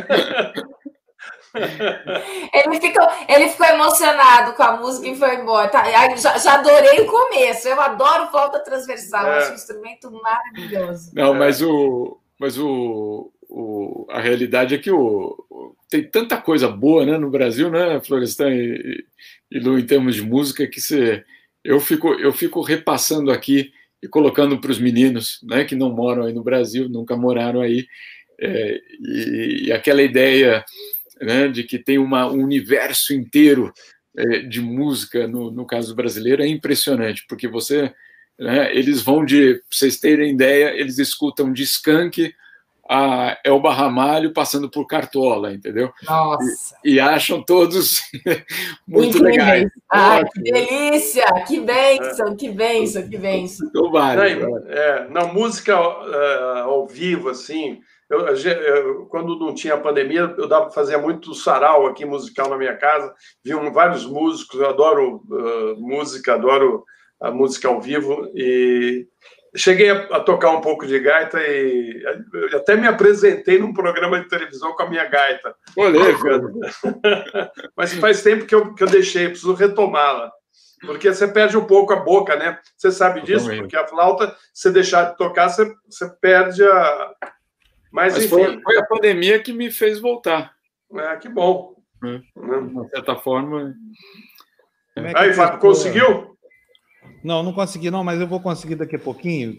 Ele ficou, ele ficou emocionado com a música e foi embora. Tá, já, já adorei o começo. Eu adoro flauta transversal, é. Acho um instrumento maravilhoso. Não, mas o, mas o, o a realidade é que o, tem tanta coisa boa, né, no Brasil, né, Florestan e, e Lu, em termos de música, que você, eu fico, eu fico repassando aqui e colocando para os meninos, né, que não moram aí no Brasil, nunca moraram aí, é, e, e aquela ideia, né, de que tem uma, um universo inteiro é, de música, no, no caso brasileiro, é impressionante, porque você, né, eles vão de, para vocês terem ideia, eles escutam de Skank a Elba Ramalho passando por Cartola, entendeu? Nossa! E, e acham todos muito Incríveis. legais. Ah, ótimo. Que delícia! Que bênção, que bênção, que bênção. Então, vale, não, é, na música uh, ao vivo, assim, eu, eu, quando não tinha pandemia, eu dava, fazia muito sarau aqui musical na minha casa, vi um, vários músicos, eu adoro uh, música, adoro a música ao vivo, e cheguei a, a tocar um pouco de gaita e até me apresentei num programa de televisão com a minha gaita. Olê, mas faz tempo que eu, que eu deixei, preciso retomá-la. Porque você perde um pouco a boca, né? Você sabe disso? Porque a flauta, se deixar de tocar, você, você perde a... Mas, Mas enfim... Foi, foi a pandemia que me fez voltar. É, que bom. É. De uma certa forma... É Aí, Fábio, conseguiu? Não, não consegui não, mas eu vou conseguir daqui a pouquinho.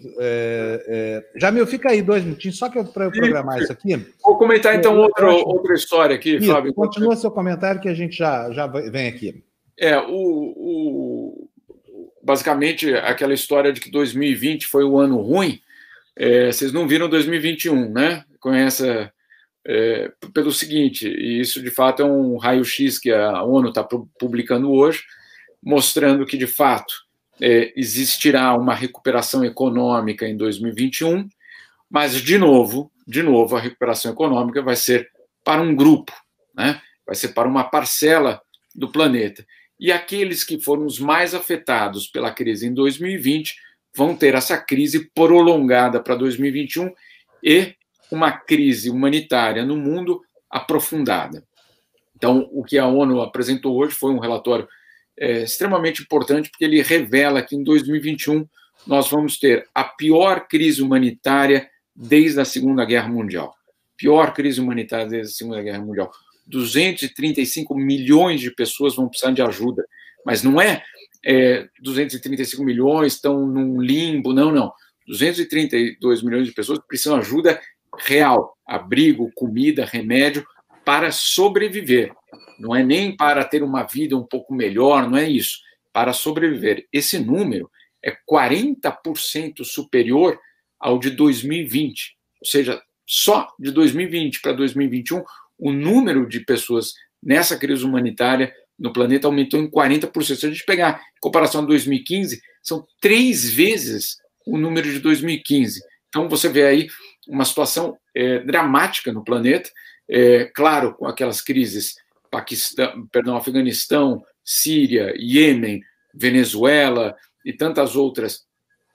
É, é... Jamil, fica aí dois minutinhos, só para eu programar isso aqui. Vou comentar então outra, outra história aqui, isso, Fábio. Continua seu comentário que a gente já, já vem aqui. É, o, o, basicamente, aquela história de que dois mil e vinte foi um ano ruim, é, vocês não viram dois mil e vinte e um, né? Com essa... É, pelo seguinte, e isso de fato é um raio-x que a ONU está publicando hoje, mostrando que de fato é, existirá uma recuperação econômica em dois mil e vinte e um, mas de novo, de novo a recuperação econômica vai ser para um grupo, né? Vai ser para uma parcela do planeta. E aqueles que foram os mais afetados pela crise em dois mil e vinte vão ter essa crise prolongada para dois mil e vinte e um e uma crise humanitária no mundo aprofundada. Então, o que a ONU apresentou hoje foi um relatório é, extremamente importante, porque ele revela que em dois mil e vinte e um nós vamos ter a pior crise humanitária desde a Segunda Guerra Mundial. Pior crise humanitária desde a Segunda Guerra Mundial. duzentos e trinta e cinco milhões de pessoas vão precisar de ajuda. Mas não é, é duzentos e trinta e cinco milhões estão num limbo, não, não. duzentos e trinta e dois milhões de pessoas precisam de ajuda real, abrigo, comida, remédio, para sobreviver. Não é nem para ter uma vida um pouco melhor, não é isso. Para sobreviver. Esse número é quarenta por cento superior ao de dois mil e vinte. Ou seja, só de dois mil e vinte para dois mil e vinte e um, o número de pessoas nessa crise humanitária no planeta aumentou em quarenta por cento. Se a gente pegar em comparação a dois mil e quinze, são três vezes o número de dois mil e quinze. Então, você vê aí uma situação é, dramática no planeta, é, claro, com aquelas crises Paquistão, perdão, Afeganistão, Síria, Iêmen, Venezuela e tantas outras,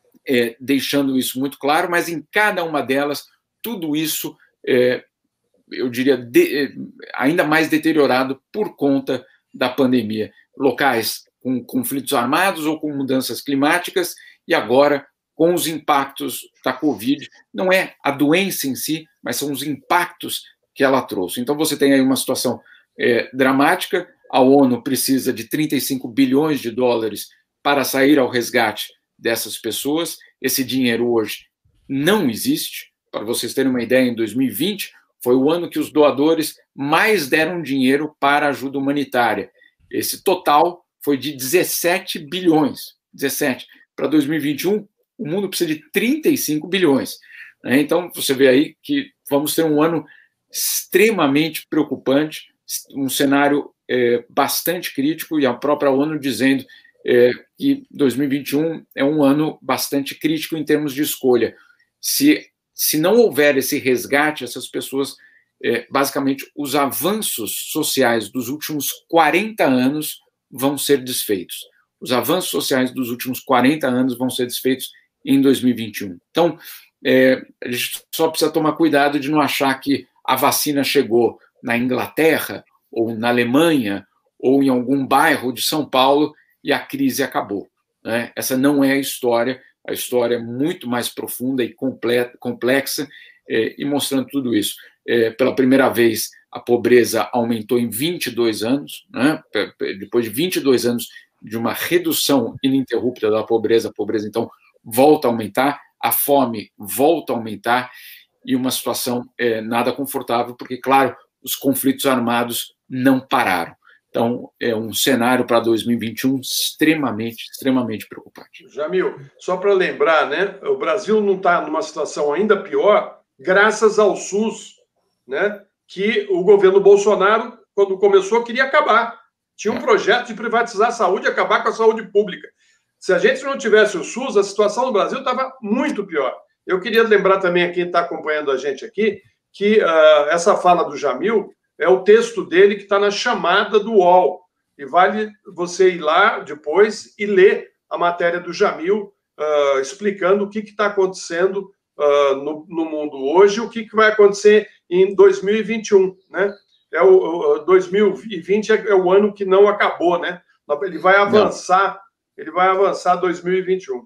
é, deixando isso muito claro, mas em cada uma delas, tudo isso, é, eu diria, de, ainda mais deteriorado por conta da pandemia. Locais com conflitos armados ou com mudanças climáticas, e agora com os impactos da Covid. Não é a doença em si, mas são os impactos que ela trouxe. Então, você tem aí uma situação é, dramática. A ONU precisa de trinta e cinco bilhões de dólares para sair ao resgate dessas pessoas. Esse dinheiro hoje não existe. Para vocês terem uma ideia, em dois mil e vinte foi o ano que os doadores mais deram dinheiro para ajuda humanitária. Esse total foi de dezessete bilhões. dezessete. Para dois mil e vinte e um, o mundo precisa de trinta e cinco bilhões. Então, você vê aí que vamos ter um ano extremamente preocupante, um cenário é, bastante crítico, e a própria ONU dizendo é, que dois mil e vinte e um é um ano bastante crítico em termos de escolha. Se, se não houver esse resgate, essas pessoas, é, basicamente, os avanços sociais dos últimos quarenta anos vão ser desfeitos. Os avanços sociais dos últimos quarenta anos vão ser desfeitos em dois mil e vinte e um. Então, é, a gente só precisa tomar cuidado de não achar que a vacina chegou na Inglaterra, ou na Alemanha, ou em algum bairro de São Paulo e a crise acabou, né? Essa não é a história. A história é muito mais profunda e complexa, é, e mostrando tudo isso. É, pela primeira vez, a pobreza aumentou em vinte e dois anos, né? Depois de vinte e dois anos de uma redução ininterrupta da pobreza, a pobreza, então, volta a aumentar, a fome volta a aumentar, e uma situação é, nada confortável, porque, claro, os conflitos armados não pararam. Então, é um cenário para dois mil e vinte e um extremamente, extremamente preocupante. Jamil, só para lembrar, né, o Brasil não está numa situação ainda pior graças ao SUS, né, que o governo Bolsonaro, quando começou, queria acabar. Tinha um é. projeto de privatizar a saúde e acabar com a saúde pública. Se a gente não tivesse o SUS, a situação no Brasil estava muito pior. Eu queria lembrar também a quem está acompanhando a gente aqui que uh, essa fala do Jamil é o texto dele que está na chamada do U O L. E vale você ir lá depois e ler a matéria do Jamil uh, explicando o que está acontecendo uh, no, no mundo hoje e o que, que vai acontecer em dois mil e vinte e um. Né? É o, o dois mil e vinte é, é o ano que não acabou, né? Ele vai avançar, não. ele vai avançar dois mil e vinte e um.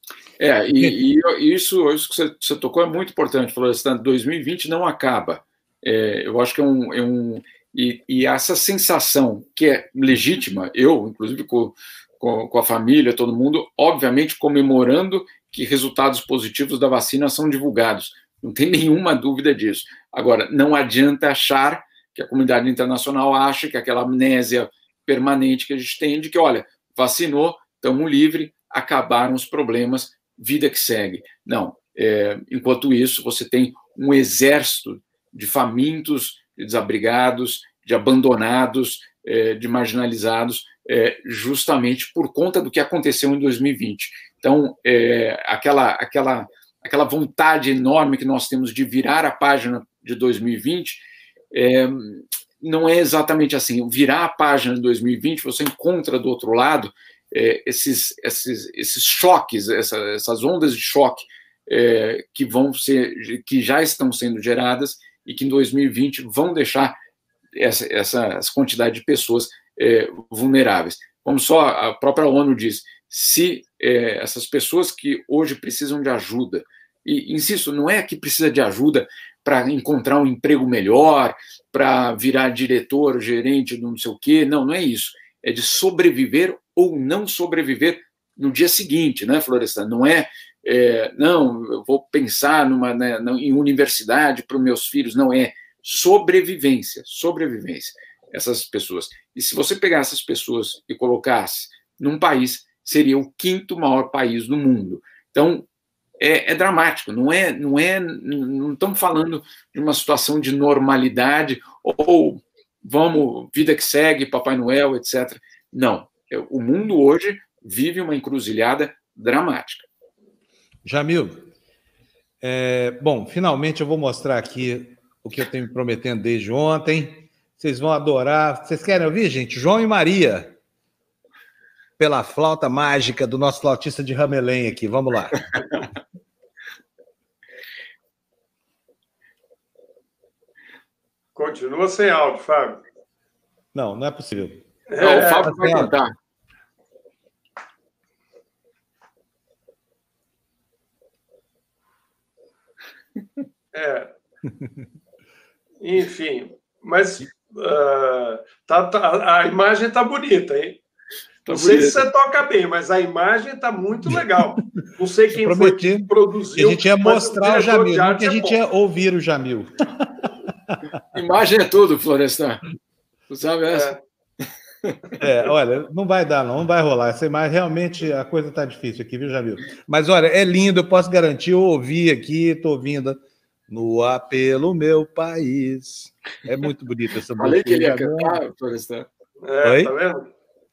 É, e, e isso, isso que você, você tocou é muito importante, Florestan. dois mil e vinte não acaba. É, eu acho que é um... É um e, e essa sensação que é legítima, eu, inclusive, com, com, com a família, todo mundo, obviamente comemorando que resultados positivos da vacina são divulgados. Não tem nenhuma dúvida disso. Agora, não adianta achar que a comunidade internacional acha que aquela amnésia permanente que a gente tem de que, olha, vacinou, estamos livres, acabaram os problemas, vida que segue. Não. É, enquanto isso, você tem um exército de famintos, de desabrigados, de abandonados, é, de marginalizados, é, justamente por conta do que aconteceu em dois mil e vinte. Então, é, aquela, aquela, aquela vontade enorme que nós temos de virar a página de dois mil e vinte, é, não é exatamente assim. Virar a página de dois mil e vinte, você encontra do outro lado é, esses, esses, esses choques, essa, essas ondas de choque é, que vão ser, que já estão sendo geradas e que em dois mil e vinte vão deixar essa, essa quantidade de pessoas é, vulneráveis. Como só a própria ONU diz, se é, essas pessoas que hoje precisam de ajuda, e insisto, não é que precisa de ajuda para encontrar um emprego melhor, para virar diretor, gerente de não sei o quê, não, não é isso. É de sobreviver ou não sobreviver no dia seguinte, né, Florestan? Não é, é não, eu vou pensar numa, né, em universidade para os meus filhos, não, é sobrevivência, sobrevivência, essas pessoas. E se você pegar essas pessoas e colocasse num país, seria o quinto maior país do mundo. Então, é, é dramático, não é, não é, não estamos falando de uma situação de normalidade ou vamos, vida que segue, Papai Noel, etcétera. Não, o mundo hoje vive uma encruzilhada dramática. Jamil, é, bom, finalmente eu vou mostrar aqui o que eu tenho me prometendo desde ontem. Vocês vão adorar. Vocês querem ouvir, gente? João e Maria, pela flauta mágica do nosso flautista de Hamelin aqui. Vamos lá. Continua sem áudio, Fábio. Não, não é possível. É, não, o Fábio vai cantar. É. Enfim, mas uh, tá, tá, a imagem está bonita, hein? Não tá sei bonita. Se você toca bem, mas a imagem está muito legal. Não sei quem foi que produziu. A gente ia mostrar o Jamil, não que a gente é ia ouvir o Jamil. Imagem é tudo, Florestan. Tu sabe essa? É. É, olha, não vai dar, não, não vai rolar. Essa imagem, realmente, a coisa está difícil aqui, viu, Jamil? Mas, olha, é lindo, eu posso garantir, eu ouvi aqui, estou ouvindo no apelo meu país. É muito bonita essa música. Falei que ele ia cantar, Florestan. É, Oi? Tá vendo?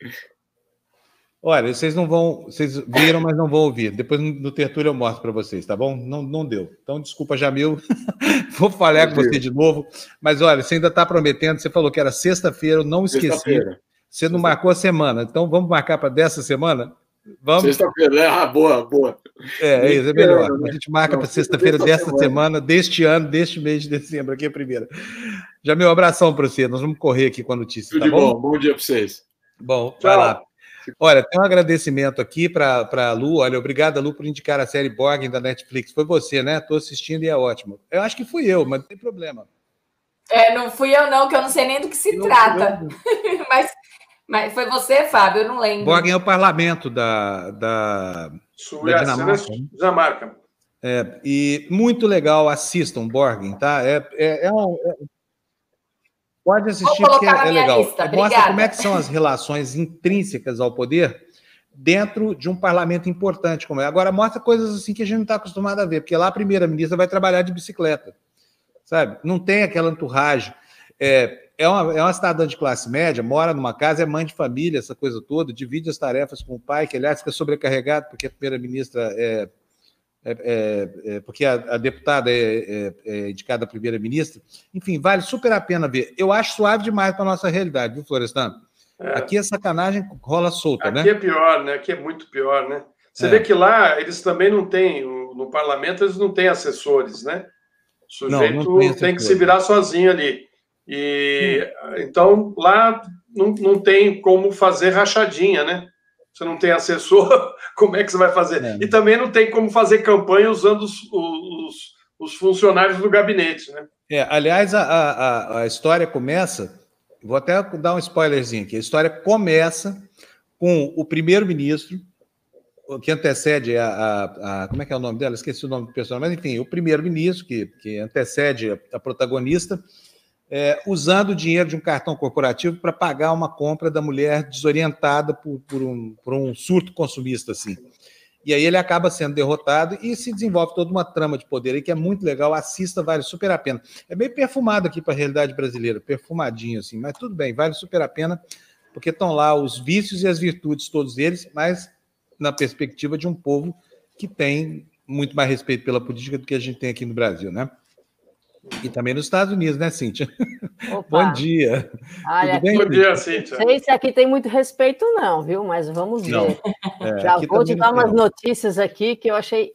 Olha, vocês não vão, vocês viram, mas não vão ouvir. Depois no Tertúlia eu mostro para vocês, tá bom? Não, não deu. Então, desculpa, Jamil. Vou falhar com você de novo. Mas olha, você ainda está prometendo, você falou que era sexta-feira, eu não esqueci. Você não marcou a semana. Então, vamos marcar para dessa semana? Vamos. Sexta-feira, né? Ah, boa, boa. É, é isso, é melhor. A gente marca para sexta-feira desta semana. semana, deste ano, deste mês de dezembro, aqui é a primeira. Jamil, um abração para você. Nós vamos correr aqui com a notícia. Tudo tá de bom? bom. Bom dia para vocês. Bom, tchau. Vai lá. Olha, tem um agradecimento aqui para a Lu. Olha, obrigado, Lu, por indicar a série Borgen da Netflix. Foi você, né? Estou assistindo e é ótimo. Eu acho que fui eu, mas não tem problema. É, não fui eu, não, que eu não sei nem do que se não trata. mas, mas foi você, Fábio, eu não lembro. Borgen é o parlamento da, da, da Dinamarca. Dinamarca. É, e muito legal, assistam Borgen, tá? É, é, é um. É... Pode assistir porque é legal. Lista. Mostra Obrigada. como é que são as relações intrínsecas ao poder dentro de um parlamento importante como é. Agora, mostra coisas assim que a gente não está acostumado a ver, porque lá a primeira-ministra vai trabalhar de bicicleta, sabe? Não tem aquela entourage. É, é, uma, é uma cidadã de classe média, mora numa casa, é mãe de família, essa coisa toda, divide as tarefas com o pai, que, aliás, fica sobrecarregado, porque a primeira-ministra é... É, é, é, porque a, a deputada é, é, é indicada a primeira-ministra. Enfim, vale super a pena ver. Eu acho suave demais para a nossa realidade, viu, Florestan? É. Aqui a sacanagem rola solta, Aqui né? Aqui é pior, né? Aqui é muito pior, né? Você é. vê que lá eles também não têm, no parlamento eles não têm assessores, né? O sujeito não, não tem, tem que se virar sozinho ali. E hum. Então lá não, não tem como fazer rachadinha, né? Você não tem assessor, como é que você vai fazer? É. E também não tem como fazer campanha usando os, os, os funcionários do gabinete, né? É, aliás, a, a, a história começa, vou até dar um spoilerzinho aqui, a história começa com o primeiro-ministro, que antecede a, a, a... Como é que é o nome dela? Esqueci o nome do personagem, mas, enfim, o primeiro-ministro, que, que antecede a, a protagonista, é, usando o dinheiro de um cartão corporativo para pagar uma compra da mulher desorientada por, por, um, por um surto consumista, assim. E aí ele acaba sendo derrotado e se desenvolve toda uma trama de poder aí que é muito legal. Assista, vale super a pena. É bem perfumado aqui para a realidade brasileira, perfumadinho assim, mas tudo bem, vale super a pena, porque estão lá os vícios e as virtudes, todos eles, mas na perspectiva de um povo que tem muito mais respeito pela política do que a gente tem aqui no Brasil, né? E também nos Estados Unidos, né, Cíntia? Opa. Bom dia. Olha, Tudo bem? Bom dia, Cíntia. Não sei se aqui tem muito respeito, não, viu? Mas vamos Não. ver. É, Já vou te dar umas não. notícias aqui que eu achei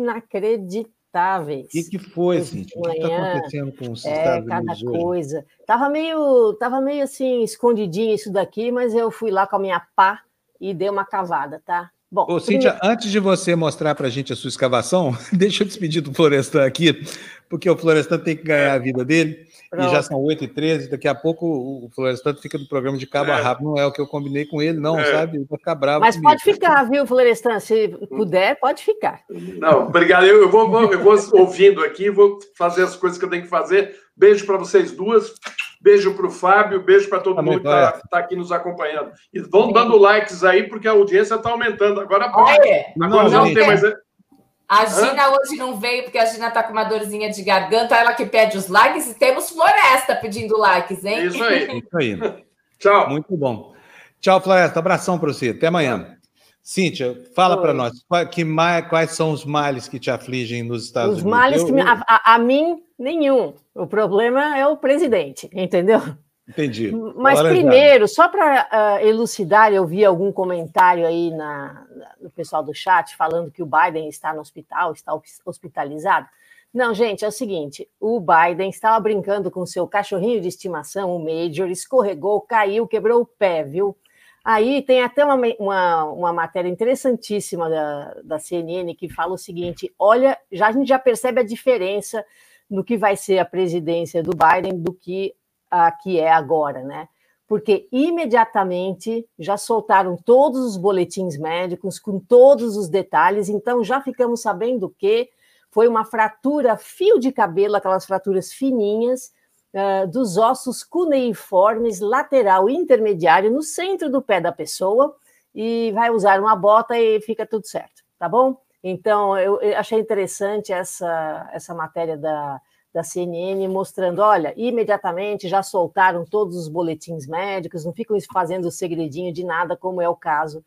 inacreditáveis. O que, que foi, Cíntia? O que está acontecendo com os é, Estados cada Unidos hoje? coisa. Tava meio, tava meio assim, escondidinho isso daqui, mas eu fui lá com a minha pá e dei uma cavada, tá? Bom, Ô, Cíntia, primeiro... antes de você mostrar para a gente a sua escavação, deixa eu despedir do Florestan aqui, porque o Florestan tem que ganhar a vida dele, Pronto. E já são oito e treze, daqui a pouco o Florestan fica no programa de cabo a rabo, não é o que eu combinei com ele, não, é. sabe? Ele vai ficar bravo Mas comigo. Pode ficar, viu, Florestan? Se puder, pode ficar. Não, obrigado. Eu vou, eu vou ouvindo aqui, vou fazer as coisas que eu tenho que fazer. Beijo para vocês duas. Beijo para o Fábio, beijo para todo mundo que está tá aqui nos acompanhando. E vão dando likes aí, porque a audiência está aumentando. Agora pode. Agora não, já não tem mais. A Gina Hã? hoje não veio, porque a Gina está com uma dorzinha de garganta, ela que pede os likes, e temos Floresta pedindo likes, hein? Isso aí. Isso aí. Tchau. Muito bom. Tchau, Floresta. Abração para você. Até amanhã. Cíntia, fala para nós, que mais, quais são os males que te afligem nos Estados os Unidos? Os males eu, que me, a, a, a mim, nenhum. O problema é o presidente, entendeu? Entendi. Mas Agora primeiro, já. só para uh, elucidar, eu vi algum comentário aí na, na, no pessoal do chat falando que o Biden está no hospital, está hospitalizado. Não, gente, é o seguinte, o Biden estava brincando com o seu cachorrinho de estimação, o Major, escorregou, caiu, quebrou o pé, viu? Aí tem até uma, uma, uma matéria interessantíssima da, da C N N que fala o seguinte, olha, já, a gente já percebe a diferença no que vai ser a presidência do Biden do que a que é agora, né? Porque imediatamente já soltaram todos os boletins médicos com todos os detalhes, então já ficamos sabendo que foi uma fratura fio de cabelo, aquelas fraturas fininhas, Uh, dos ossos cuneiformes lateral e intermediário no centro do pé da pessoa e vai usar uma bota e fica tudo certo, tá bom? Então, eu, eu achei interessante essa, essa matéria da, da C N N mostrando, olha, imediatamente já soltaram todos os boletins médicos, não ficam fazendo segredinho de nada, como é o caso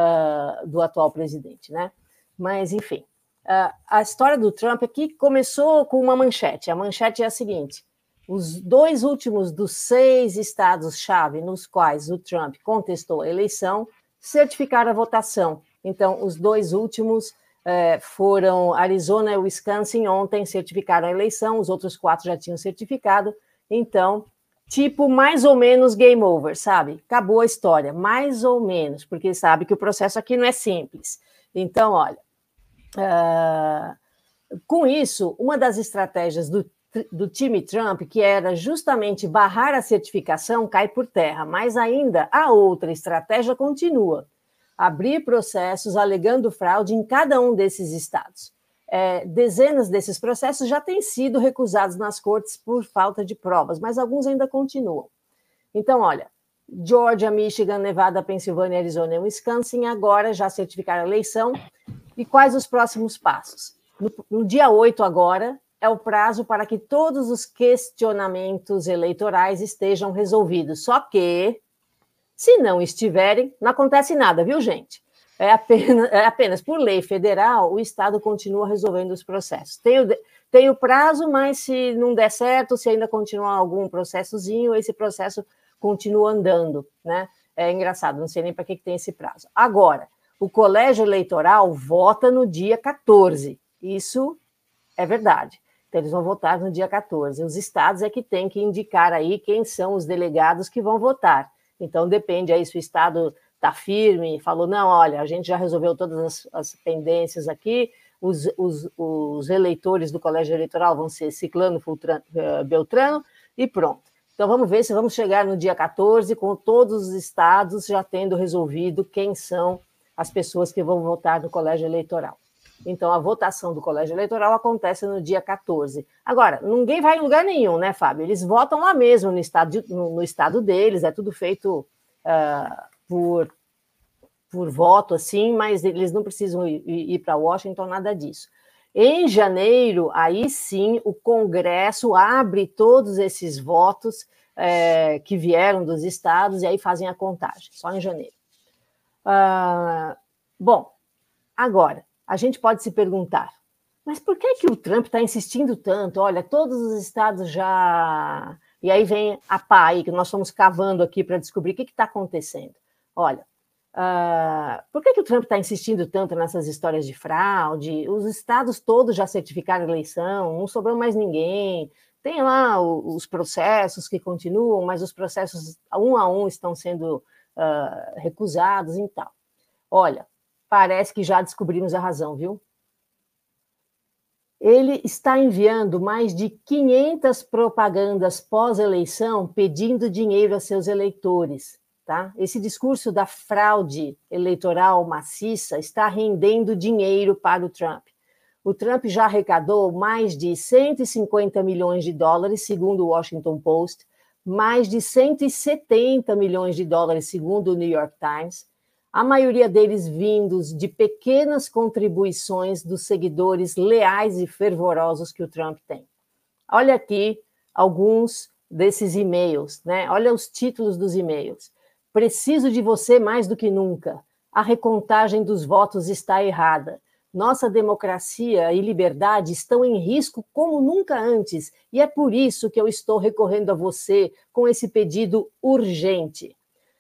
uh, do atual presidente, né? Mas, enfim, uh, a história do Trump aqui começou com uma manchete. A manchete é a seguinte: os dois últimos dos seis estados-chave nos quais o Trump contestou a eleição certificaram a votação. Então, os dois últimos eh, foram Arizona e Wisconsin, ontem certificaram a eleição, os outros quatro já tinham certificado. Então, tipo, mais ou menos game over, sabe? Acabou a história, mais ou menos, porque sabe que o processo aqui não é simples. Então, olha, uh, com isso, uma das estratégias do do time Trump, que era justamente barrar a certificação, cai por terra, mas ainda a outra estratégia continua, abrir processos alegando fraude em cada um desses estados. É, dezenas desses processos já têm sido recusados nas cortes por falta de provas, mas alguns ainda continuam. Então, olha, Georgia, Michigan, Nevada, Pensilvânia, Arizona e Wisconsin agora já certificaram a eleição. E quais os próximos passos? No, no dia oito agora, é o prazo para que todos os questionamentos eleitorais estejam resolvidos. Só que, se não estiverem, não acontece nada, viu, gente? É apenas, é apenas por lei federal, o Estado continua resolvendo os processos. Tem o, tem o prazo, mas se não der certo, se ainda continuar algum processozinho, esse processo continua andando, né? É engraçado, não sei nem para que, que tem esse prazo. Agora, o colégio eleitoral vota no dia quatorze. Isso é verdade. Então, eles vão votar no dia quatorze. Os estados é que têm que indicar aí quem são os delegados que vão votar. Então, depende aí se o estado está firme, falou, não, olha, a gente já resolveu todas as, as pendências aqui, os, os, os eleitores do colégio eleitoral vão ser Ciclano, Fultrano, Beltrano, e pronto. Então, vamos ver se vamos chegar no dia quatorze com todos os estados já tendo resolvido quem são as pessoas que vão votar no colégio eleitoral. Então, a votação do colégio eleitoral acontece no dia quatorze. Agora, ninguém vai em lugar nenhum, né, Fábio? Eles votam lá mesmo, no estado, de, no, no estado deles, é tudo feito uh, por, por voto, assim, mas eles não precisam ir, ir para Washington, nada disso. Em janeiro, aí sim, o Congresso abre todos esses votos é, que vieram dos estados e aí fazem a contagem, só em janeiro. Uh, bom, agora, a gente pode se perguntar, mas por que, que o Trump está insistindo tanto? Olha, todos os estados já... E aí vem a pá aí, que nós estamos cavando aqui para descobrir o que está acontecendo. Olha, uh, por que, que o Trump está insistindo tanto nessas histórias de fraude? Os estados todos já certificaram a eleição, não sobrou mais ninguém. Tem lá os processos que continuam, mas os processos um a um estão sendo uh, recusados e tal. Olha, parece que já descobrimos a razão, viu? Ele está enviando mais de quinhentas propagandas pós-eleição pedindo dinheiro a seus eleitores, tá? Esse discurso da fraude eleitoral maciça está rendendo dinheiro para o Trump. O Trump já arrecadou mais de cento e cinquenta milhões de dólares, segundo o Washington Post, mais de cento e setenta milhões de dólares, segundo o New York Times, a maioria deles vindos de pequenas contribuições dos seguidores leais e fervorosos que o Trump tem. Olha aqui alguns desses e-mails, né? Olha os títulos dos e-mails. Preciso de você mais do que nunca. A recontagem dos votos está errada. Nossa democracia e liberdade estão em risco como nunca antes, e é por isso que eu estou recorrendo a você com esse pedido urgente.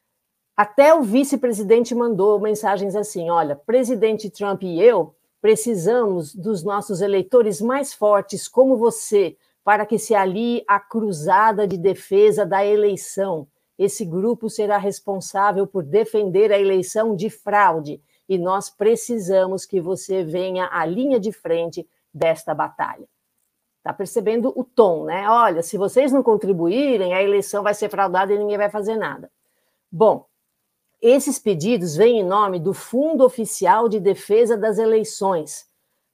Até o vice-presidente mandou mensagens assim, olha, presidente Trump e eu precisamos dos nossos eleitores mais fortes como você para que se alie à cruzada de defesa da eleição. Esse grupo será responsável por defender a eleição de fraude e nós precisamos que você venha à linha de frente desta batalha. Está percebendo o tom, né? Olha, se vocês não contribuírem, a eleição vai ser fraudada e ninguém vai fazer nada. Bom, esses pedidos vêm em nome do Fundo Oficial de Defesa das Eleições.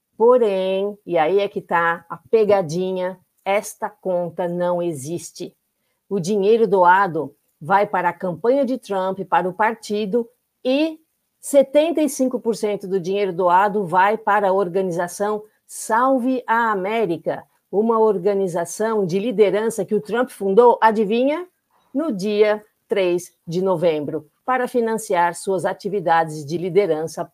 Porém, e aí é que está a pegadinha, esta conta não existe. O dinheiro doado vai para a campanha de Trump, para o partido, e setenta e cinco por cento do dinheiro doado vai para a organização Salve a América, uma organização de liderança que o Trump fundou, adivinha? No dia três de novembro. Para financiar suas atividades de liderança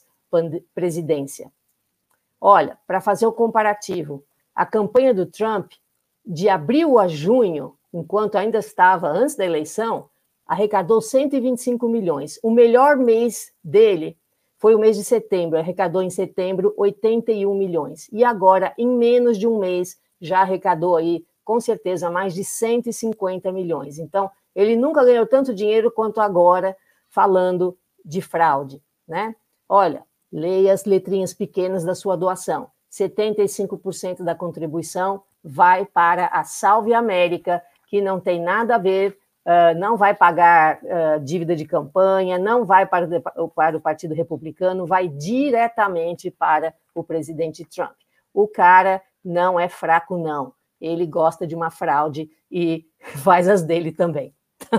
pós-presidência. Olha, para fazer o comparativo, a campanha do Trump, de abril a junho, enquanto ainda estava antes da eleição, arrecadou cento e vinte e cinco milhões. O melhor mês dele foi o mês de setembro, arrecadou em setembro oitenta e um milhões. E agora, em menos de um mês, já arrecadou aí, com certeza, mais de cento e cinquenta milhões. Então, ele nunca ganhou tanto dinheiro quanto agora falando de fraude, né? Olha, leia as letrinhas pequenas da sua doação. setenta e cinco por cento da contribuição vai para a Salve América, que não tem nada a ver, uh, não vai pagar uh, dívida de campanha, não vai para, para o Partido Republicano, vai diretamente para o presidente Trump. O cara não é fraco, não. Ele gosta de uma fraude e faz as dele também.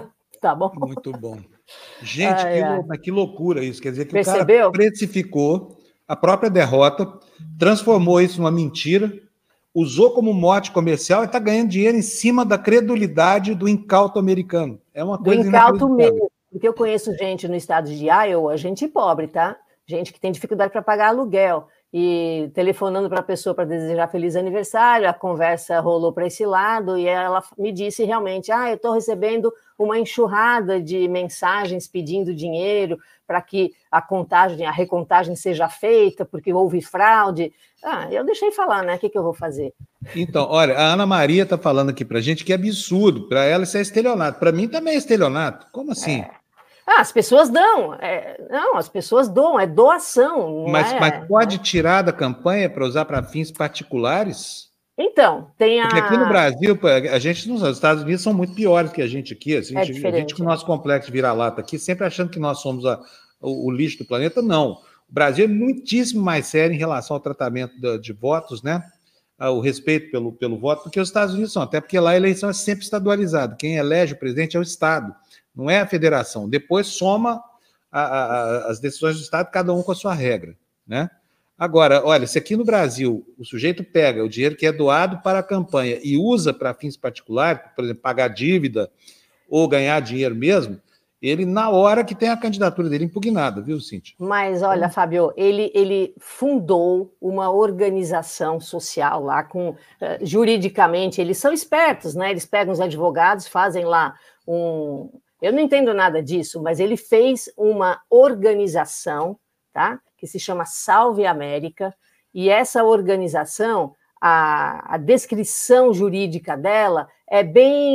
Tá bom? Muito bom. Gente, ai, que, ai. que loucura isso. Quer dizer que Percebeu? O cara precificou a própria derrota, transformou isso numa mentira, usou como mote comercial e está ganhando dinheiro em cima da credulidade do incauto americano. É uma coisa do incauto mesmo. Porque eu conheço gente no estado de Iowa, gente pobre, tá? Gente que tem dificuldade para pagar aluguel. E telefonando para a pessoa para desejar feliz aniversário, a conversa rolou para esse lado e ela me disse realmente, ah, eu estou recebendo uma enxurrada de mensagens pedindo dinheiro para que a contagem, a recontagem seja feita, porque houve fraude. Ah, eu deixei falar, né? O que, que eu vou fazer? Então, olha, a Ana Maria está falando aqui para a gente que é absurdo, para ela isso é estelionato. Para mim também é estelionato. Como assim? É. Ah, as pessoas dão. É, não, as pessoas doam, é doação. Mas, é, mas pode tirar da campanha para usar para fins particulares? Então, tem a... Porque aqui no Brasil, a gente, nos Estados Unidos, são muito piores que a gente aqui. Assim, é a, gente, a gente com o nosso complexo de vira-lata aqui, sempre achando que nós somos a, o, o lixo do planeta, não. O Brasil é muitíssimo mais sério em relação ao tratamento de, de votos, né? O respeito pelo, pelo voto, do que os Estados Unidos são, até porque lá a eleição é sempre estadualizada. Quem elege o presidente é o Estado, não é a federação. Depois soma a, a, as decisões do Estado, cada um com a sua regra, né? Agora, olha, se aqui no Brasil o sujeito pega o dinheiro que é doado para a campanha e usa para fins particulares, por exemplo, pagar dívida ou ganhar dinheiro mesmo, ele, na hora que tem a candidatura dele impugnada, viu, Cíntia? Mas, olha, Fábio, ele, ele fundou uma organização social lá, com uh, juridicamente, eles são espertos, né? Eles pegam os advogados, fazem lá um... Eu não entendo nada disso, mas ele fez uma organização, tá? Que se chama Salve América, e essa organização, a, a descrição jurídica dela é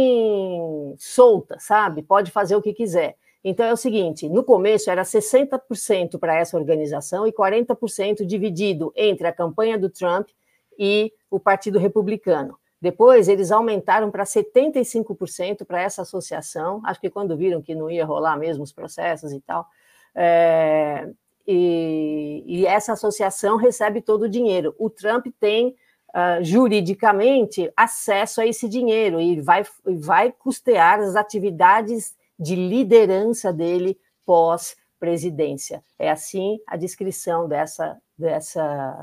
bem solta, sabe? Pode fazer o que quiser. Então é o seguinte, no começo era sessenta por cento para essa organização e quarenta por cento dividido entre a campanha do Trump e o Partido Republicano. Depois eles aumentaram para setenta e cinco por cento para essa associação, acho que quando viram que não ia rolar mesmo os processos e tal, é... E, e essa associação recebe todo o dinheiro. O Trump tem, uh, juridicamente, acesso a esse dinheiro e vai, vai custear as atividades de liderança dele pós-presidência. É assim a descrição dessa, dessa,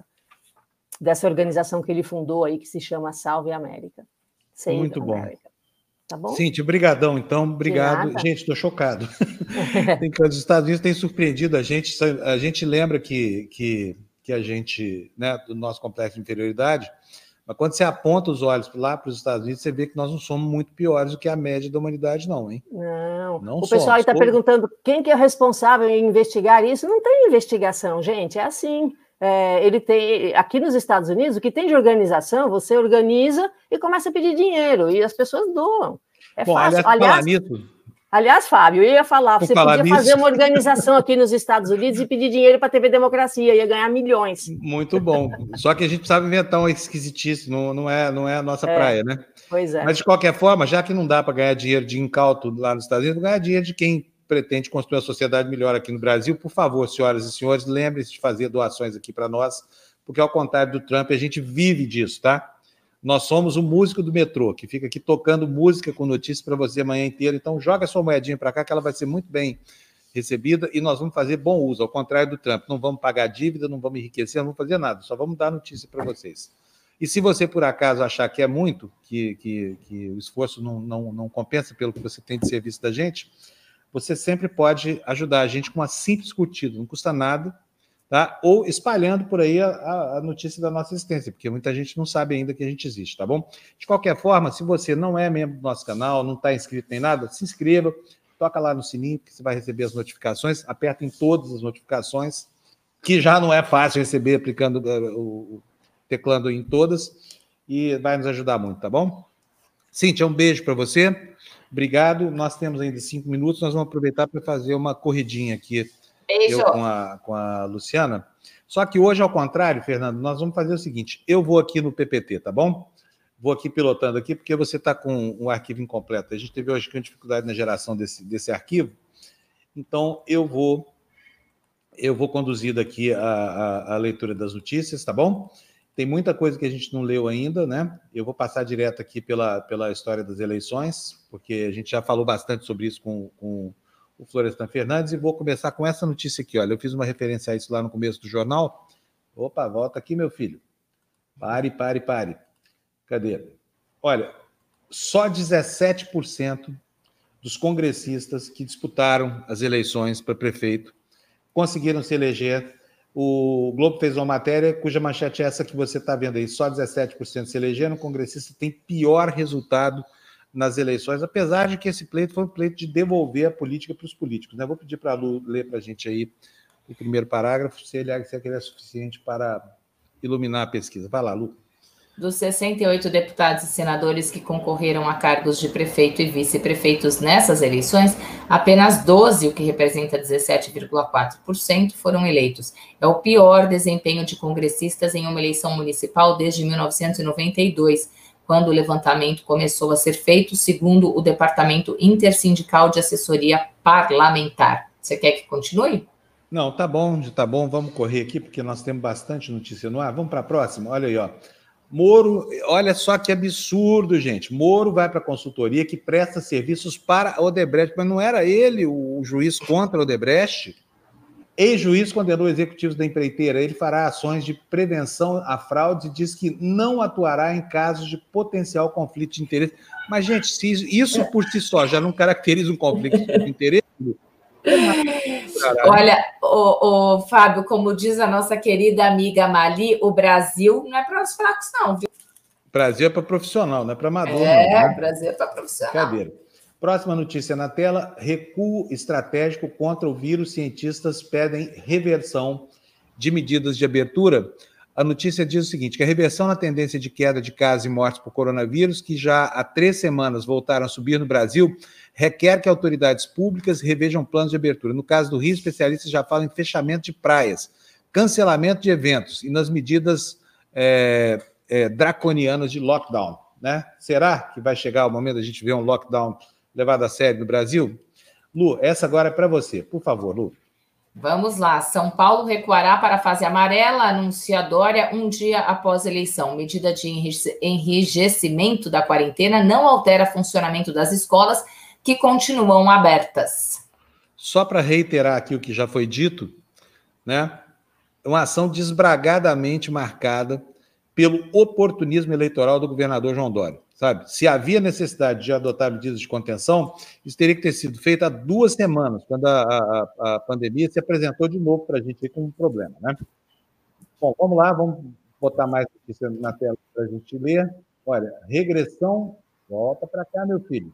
dessa organização que ele fundou aí, que se chama Salve América. Save Muito America. bom. Tá bom? Cíntia, brigadão, então, obrigado. Gente, estou chocado. Tem que, os Estados Unidos têm surpreendido a gente. A gente lembra que, que, que a gente, né, do nosso complexo de inferioridade, mas quando você aponta os olhos lá para os Estados Unidos, você vê que nós não somos muito piores do que a média da humanidade, não, hein? Não. não o pessoal está perguntando quem que é responsável em investigar isso. Não tem investigação, gente, é assim. É, ele tem, aqui nos Estados Unidos, o que tem de organização, você organiza e começa a pedir dinheiro, e as pessoas doam. É Bom, fácil. Aliás, aliás, nisso, aliás, Fábio, eu ia falar, você falar podia nisso. fazer uma organização aqui nos Estados Unidos e pedir dinheiro para a T V Democracia, ia ganhar milhões. Muito bom. Só que a gente precisava inventar um esquisitice, não, não, é, não é a nossa é, praia, né? Pois é. Mas, de qualquer forma, já que não dá para ganhar dinheiro de incauto lá nos Estados Unidos, ganhar dinheiro de quem pretende construir uma sociedade melhor aqui no Brasil. Por favor, senhoras e senhores, lembrem-se de fazer doações aqui para nós, porque, ao contrário do Trump, a gente vive disso, tá? Nós somos o músico do metrô, que fica aqui tocando música com notícias para você a manhã inteira. Então, joga a sua moedinha para cá, que ela vai ser muito bem recebida, e nós vamos fazer bom uso, ao contrário do Trump. Não vamos pagar dívida, não vamos enriquecer, não vamos fazer nada, só vamos dar notícia para vocês. E se você, por acaso, achar que é muito, que, que, que o esforço não, não, não compensa pelo que você tem de serviço da gente, você sempre pode ajudar a gente com uma simples curtida, não custa nada, tá? Ou espalhando por aí a, a notícia da nossa existência, porque muita gente não sabe ainda que a gente existe, tá bom? De qualquer forma, se você não é membro do nosso canal, não está inscrito nem nada, se inscreva, toca lá no sininho, que você vai receber as notificações, aperta em todas as notificações, que já não é fácil receber aplicando o teclando em todas, e vai nos ajudar muito, tá bom? Cíntia, um beijo para você. Obrigado. Nós temos ainda cinco minutos, nós vamos aproveitar para fazer uma corridinha aqui, Beijo. eu com a, com a Luciana. Só que hoje, ao contrário, Fernando, nós vamos fazer o seguinte, eu vou aqui no P P T, tá bom? Vou aqui pilotando aqui, porque você está com um arquivo incompleto. A gente teve hoje uma dificuldade na geração desse, desse arquivo, então eu vou, eu vou conduzir daqui a, a, a leitura das notícias, tá bom? Tem muita coisa que a gente não leu ainda, né? Eu vou passar direto aqui pela, pela história das eleições, porque a gente já falou bastante sobre isso com, com o Florestan Fernandes, e vou começar com essa notícia aqui. Olha, eu fiz uma referência a isso lá no começo do jornal. Opa, volta aqui, meu filho. Pare, pare, pare. Cadê? Olha, só dezessete por cento dos congressistas que disputaram as eleições para prefeito conseguiram se eleger. O Globo fez uma matéria cuja manchete é essa que você está vendo aí, só dezessete por cento se elegeram, o congressista tem pior resultado nas eleições, apesar de que esse pleito foi um pleito de devolver a política para os políticos, né? Vou pedir para a Lu ler para a gente aí o primeiro parágrafo, se ele, se ele é suficiente para iluminar a pesquisa. Vai lá, Lu. Dos sessenta e oito deputados e senadores que concorreram a cargos de prefeito e vice-prefeitos nessas eleições, apenas doze, o que representa dezessete vírgula quatro por cento, foram eleitos. É o pior desempenho de congressistas em uma eleição municipal desde mil novecentos e noventa e dois, quando o levantamento começou a ser feito, segundo o Departamento Intersindical de Assessoria Parlamentar. Você quer que continue? Não, tá bom, tá bom. Vamos correr aqui, porque nós temos bastante notícia no ar. Vamos para a próxima? Olha aí, ó. Moro, olha só que absurdo, gente. Moro vai para a consultoria que presta serviços para a Odebrecht, mas não era ele o juiz contra a Odebrecht? Ex-juiz condenou executivos da empreiteira. Ele fará ações de prevenção à fraude e diz que não atuará em casos de potencial conflito de interesse. Mas, gente, se isso por si só já não caracteriza um conflito de interesse... Caralho. Olha, o, o Fábio, como diz a nossa querida amiga Mali, o Brasil não é para os fracos, não, viu? O Brasil é para profissional, não é para amador. É, não, né? O Brasil é para profissional. Cadeira. Próxima notícia na tela: recuo estratégico contra o vírus. Cientistas pedem reversão de medidas de abertura. A notícia diz o seguinte: que a reversão na tendência de queda de casos e mortes por coronavírus, que já há três semanas voltaram a subir no Brasil, requer que autoridades públicas revejam planos de abertura. No caso do Rio, especialistas já falam em fechamento de praias, cancelamento de eventos e nas medidas é, é, draconianas de lockdown, né? Será que vai chegar o momento da gente ver um lockdown levado a sério no Brasil? Lu, essa agora é para você. Por favor, Lu. Vamos lá. São Paulo recuará para a fase amarela, anuncia Dória um dia após a eleição. Medida de enrijecimento da quarentena não altera funcionamento das escolas, que continuam abertas. Só para reiterar aqui o que já foi dito, né? Uma ação desbragadamente marcada pelo oportunismo eleitoral do governador João Dória, sabe? Se havia necessidade de adotar medidas de contenção, isso teria que ter sido feito há duas semanas, quando a, a, a pandemia se apresentou de novo para a gente com um problema, né? Bom, vamos lá, vamos botar mais notícia na tela para a gente ler. Olha, regressão, volta para cá, meu filho.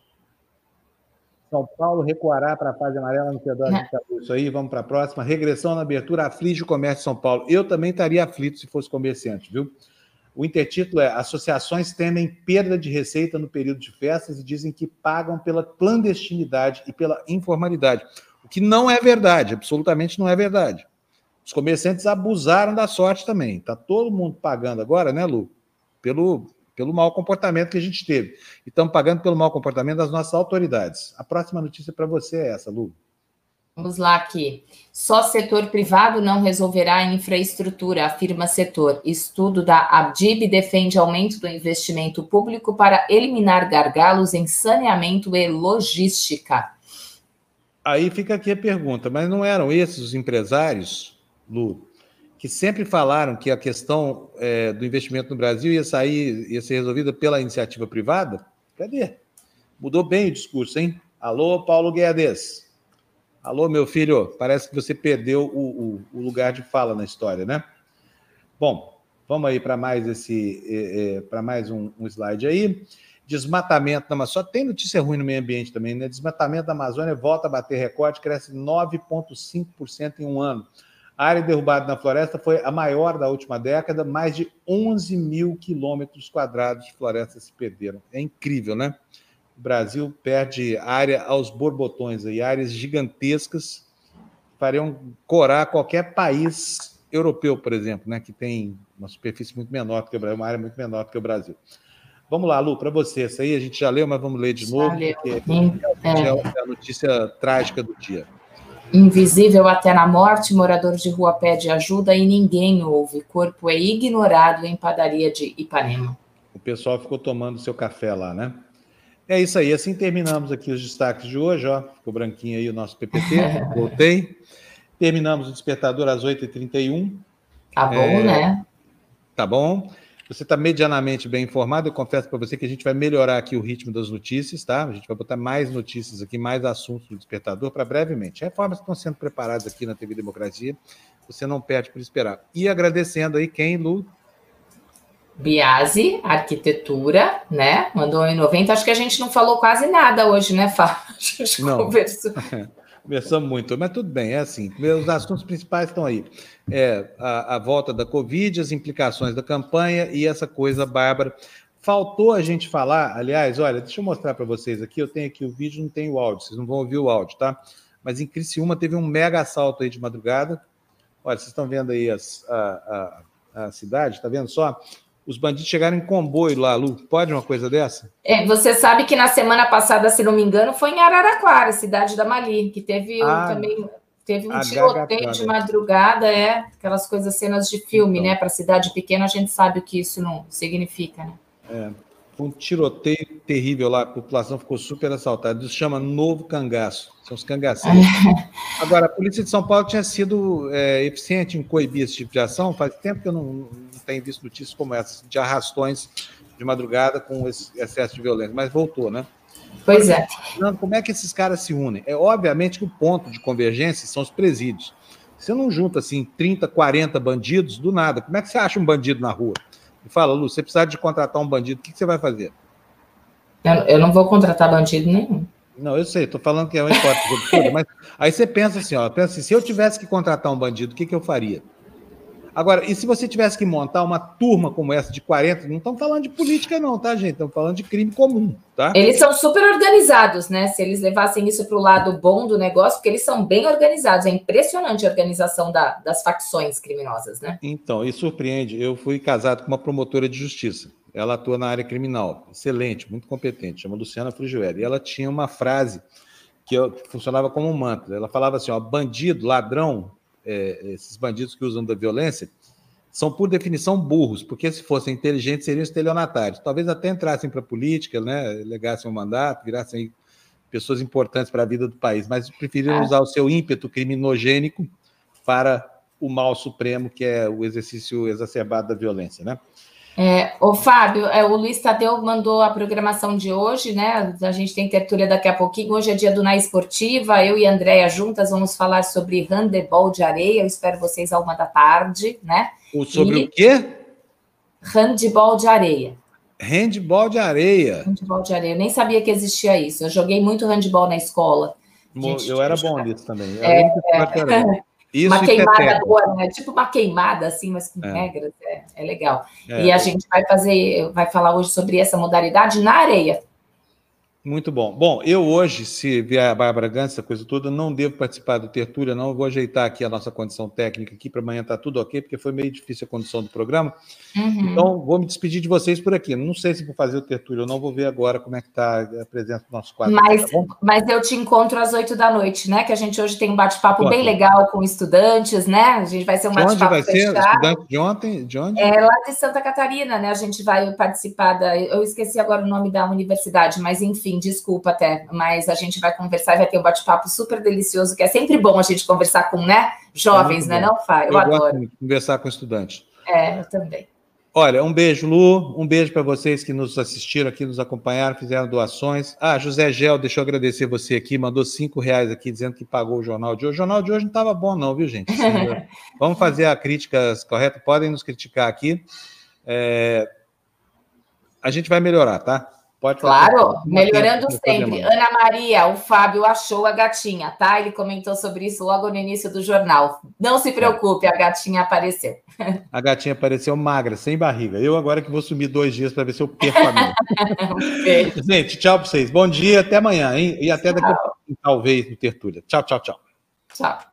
São Paulo recuará para a fase amarela no Teodoro de Itaú. Isso aí, vamos para a próxima. Regressão na abertura aflige o comércio de São Paulo. Eu também estaria aflito se fosse comerciante, viu? O intertítulo é: associações temem perda de receita no período de festas e dizem que pagam pela clandestinidade e pela informalidade. O que não é verdade, absolutamente não é verdade. Os comerciantes abusaram da sorte também. Está todo mundo pagando agora, né, Lu? Pelo... pelo mau comportamento que a gente teve. E estamos pagando pelo mau comportamento das nossas autoridades. A próxima notícia para você é essa, Lu. Vamos lá aqui. Só setor privado não resolverá a infraestrutura, afirma setor. Estudo da Abdib defende aumento do investimento público para eliminar gargalos em saneamento e logística. Aí fica aqui a pergunta, mas não eram esses os empresários, Lu, que sempre falaram que a questão é, do investimento no Brasil ia sair, ia ser resolvida pela iniciativa privada? Cadê? Mudou bem o discurso, hein? Alô, Paulo Guedes. Alô, meu filho. Parece que você perdeu o, o, o lugar de fala na história, né? Bom, vamos aí para mais esse, é, é, para mais um, um slide aí. Desmatamento na Amazônia. Só tem notícia ruim no meio ambiente também, né? Desmatamento da Amazônia volta a bater recorde, cresce nove vírgula cinco por cento em um ano. A área derrubada na floresta foi a maior da última década, mais de onze mil quilômetros quadrados de floresta se perderam. É incrível, né? O Brasil perde área aos borbotões, aí, áreas gigantescas, fariam corar qualquer país europeu, por exemplo, né, que tem uma superfície muito menor do que o Brasil, uma área muito menor do que o Brasil. Vamos lá, Lu, para você, essa aí a gente já leu, mas vamos ler de novo, porque é a notícia trágica do dia. Invisível até na morte, morador de rua pede ajuda e ninguém ouve. Corpo é ignorado em padaria de Ipanema. O pessoal ficou tomando seu café lá, né? É isso aí, assim terminamos aqui os destaques de hoje, ó. Ficou branquinho aí o nosso P P T, voltei. Terminamos o Despertador às oito e trinta e um. Tá bom, é... né? Tá bom. Você está medianamente bem informado, eu confesso para você que a gente vai melhorar aqui o ritmo das notícias, tá? A gente vai botar mais notícias aqui, mais assuntos do Despertador para brevemente. Reformas que estão sendo preparadas aqui na T V Democracia, você não perde por esperar. E agradecendo aí quem, Lu? Biase, arquitetura, né? Mandou em noventa. Acho que a gente não falou quase nada hoje, né, Fábio? A gente não. conversou. Conversamos muito, mas tudo bem, é assim. Os assuntos principais estão aí. É a, a volta da Covid, as implicações da campanha e essa coisa bárbara. Faltou a gente falar, aliás, olha, deixa eu mostrar para vocês aqui, eu tenho aqui o vídeo, não tem o áudio, vocês não vão ouvir o áudio, tá? Mas em Criciúma teve um mega assalto aí de madrugada. Olha, vocês estão vendo aí as, a, a, a cidade, tá vendo só? Os bandidos chegaram em comboio lá, Lu. Pode uma coisa dessa? É, você sabe que na semana passada, se não me engano, foi em Araraquara, cidade da Mali, que teve ah, um, também teve um tiroteio de madrugada, é aquelas coisas, cenas de filme, então, né? Para cidade pequena, a gente sabe o que isso não significa, né? É, foi um tiroteio terrível lá, a população ficou super assaltada. Isso chama novo cangaço, são os cangaceiros. Agora, a Polícia de São Paulo tinha sido é, eficiente em coibir esse tipo de ação, faz tempo que eu não, não tenho visto notícias como essa, de arrastões de madrugada com esse excesso de violência, mas voltou, né? Pois é. Como é que esses caras se unem? É obviamente que o ponto de convergência são os presídios. Você não junta, assim, trinta, quarenta bandidos do nada. Como é que você acha um bandido na rua? E fala, Lu, você precisa de contratar um bandido, o que você vai fazer? Eu, eu não vou contratar bandido nenhum. Não, eu sei, estou falando que é uma hipótese absurda, mas aí você pensa assim, ó, pensa assim, se eu tivesse que contratar um bandido, o que, que eu faria? Agora, e se você tivesse que montar uma turma como essa de quarenta, não estamos falando de política não, tá, gente? Estamos falando de crime comum, tá? Eles são super organizados, né? Se eles levassem isso para o lado bom do negócio, porque eles são bem organizados, é impressionante a organização da, das facções criminosas, né? Então, e surpreende, eu fui casado com uma promotora de justiça, ela atua na área criminal, excelente, muito competente, chama Luciana Frugieri, e ela tinha uma frase que, eu, que funcionava como um mantra, ela falava assim, ó, bandido, ladrão, É, esses bandidos que usam da violência, são, por definição, burros, porque se fossem inteligentes, seriam estelionatários. Talvez até entrassem para a política, né, legassem um mandato, virassem aí pessoas importantes para a vida do país, mas preferiram usar o seu ímpeto criminogênico para o mal supremo, que é o exercício exacerbado da violência, né? É, ô Fábio, é, o Luiz Tadeu mandou a programação de hoje, né? A gente tem tertúlia daqui a pouquinho. Hoje é dia do Na Esportiva. Eu e a Andréia juntas vamos falar sobre handebol de areia. Eu espero vocês à uma da tarde, né? O sobre e... o quê? Handebol de areia. Handebol de areia. Handebol de areia. Eu nem sabia que existia isso. Eu joguei muito handebol na escola. Gente, eu era bom nisso também. É, é... Isso uma queimada boa, né? Tipo uma queimada, assim, mas com é. regras, é, é legal. É. E a gente vai fazer, vai falar hoje sobre essa modalidade na areia. Muito bom. Bom, eu hoje, se vier a Bárbara Gans, essa coisa toda, não devo participar do Tertúlia, não. Eu vou ajeitar aqui a nossa condição técnica aqui, para amanhã estar tudo ok, porque foi meio difícil a condição do programa. Uhum. Então, vou me despedir de vocês por aqui. Não sei se vou fazer o Tertúlia, eu não vou ver agora como é que está a presença do nosso quadro. Mas, tá bom? mas eu te encontro às oito da noite, né? Que a gente hoje tem um bate-papo bem legal com estudantes, né? A gente vai ser um bate-papo fechado. Onde vai ser? Estudante de ontem? De onde? É lá de Santa Catarina, né? A gente vai participar da... Eu esqueci agora o nome da universidade, mas enfim, desculpa até. Mas a gente vai conversar e vai ter um bate-papo super delicioso, que é sempre bom a gente conversar com, né, jovens, é né, não, Fábio? Eu, eu adoro. Gosto de conversar com estudantes. É, eu também. Olha, um beijo, Lu, um beijo para vocês que nos assistiram aqui, nos acompanharam, fizeram doações. Ah, José Gel, deixa eu agradecer você aqui, mandou cinco reais aqui, dizendo que pagou o jornal de hoje. O jornal de hoje não estava bom não, viu, gente? Vamos fazer a crítica correta, podem nos criticar aqui. É... A gente vai melhorar, tá? Pode claro, melhorando sempre. Ana Maria, o Fábio achou a gatinha, tá? Ele comentou sobre isso logo no início do jornal. Não se preocupe, a gatinha apareceu. A gatinha apareceu magra, sem barriga. Eu agora que vou sumir dois dias para ver se eu perco a minha. Gente, tchau para vocês. Bom dia, até amanhã, hein? E até tchau. Daqui a pouco, talvez, no Tertúlia. Tchau, tchau, tchau. Tchau.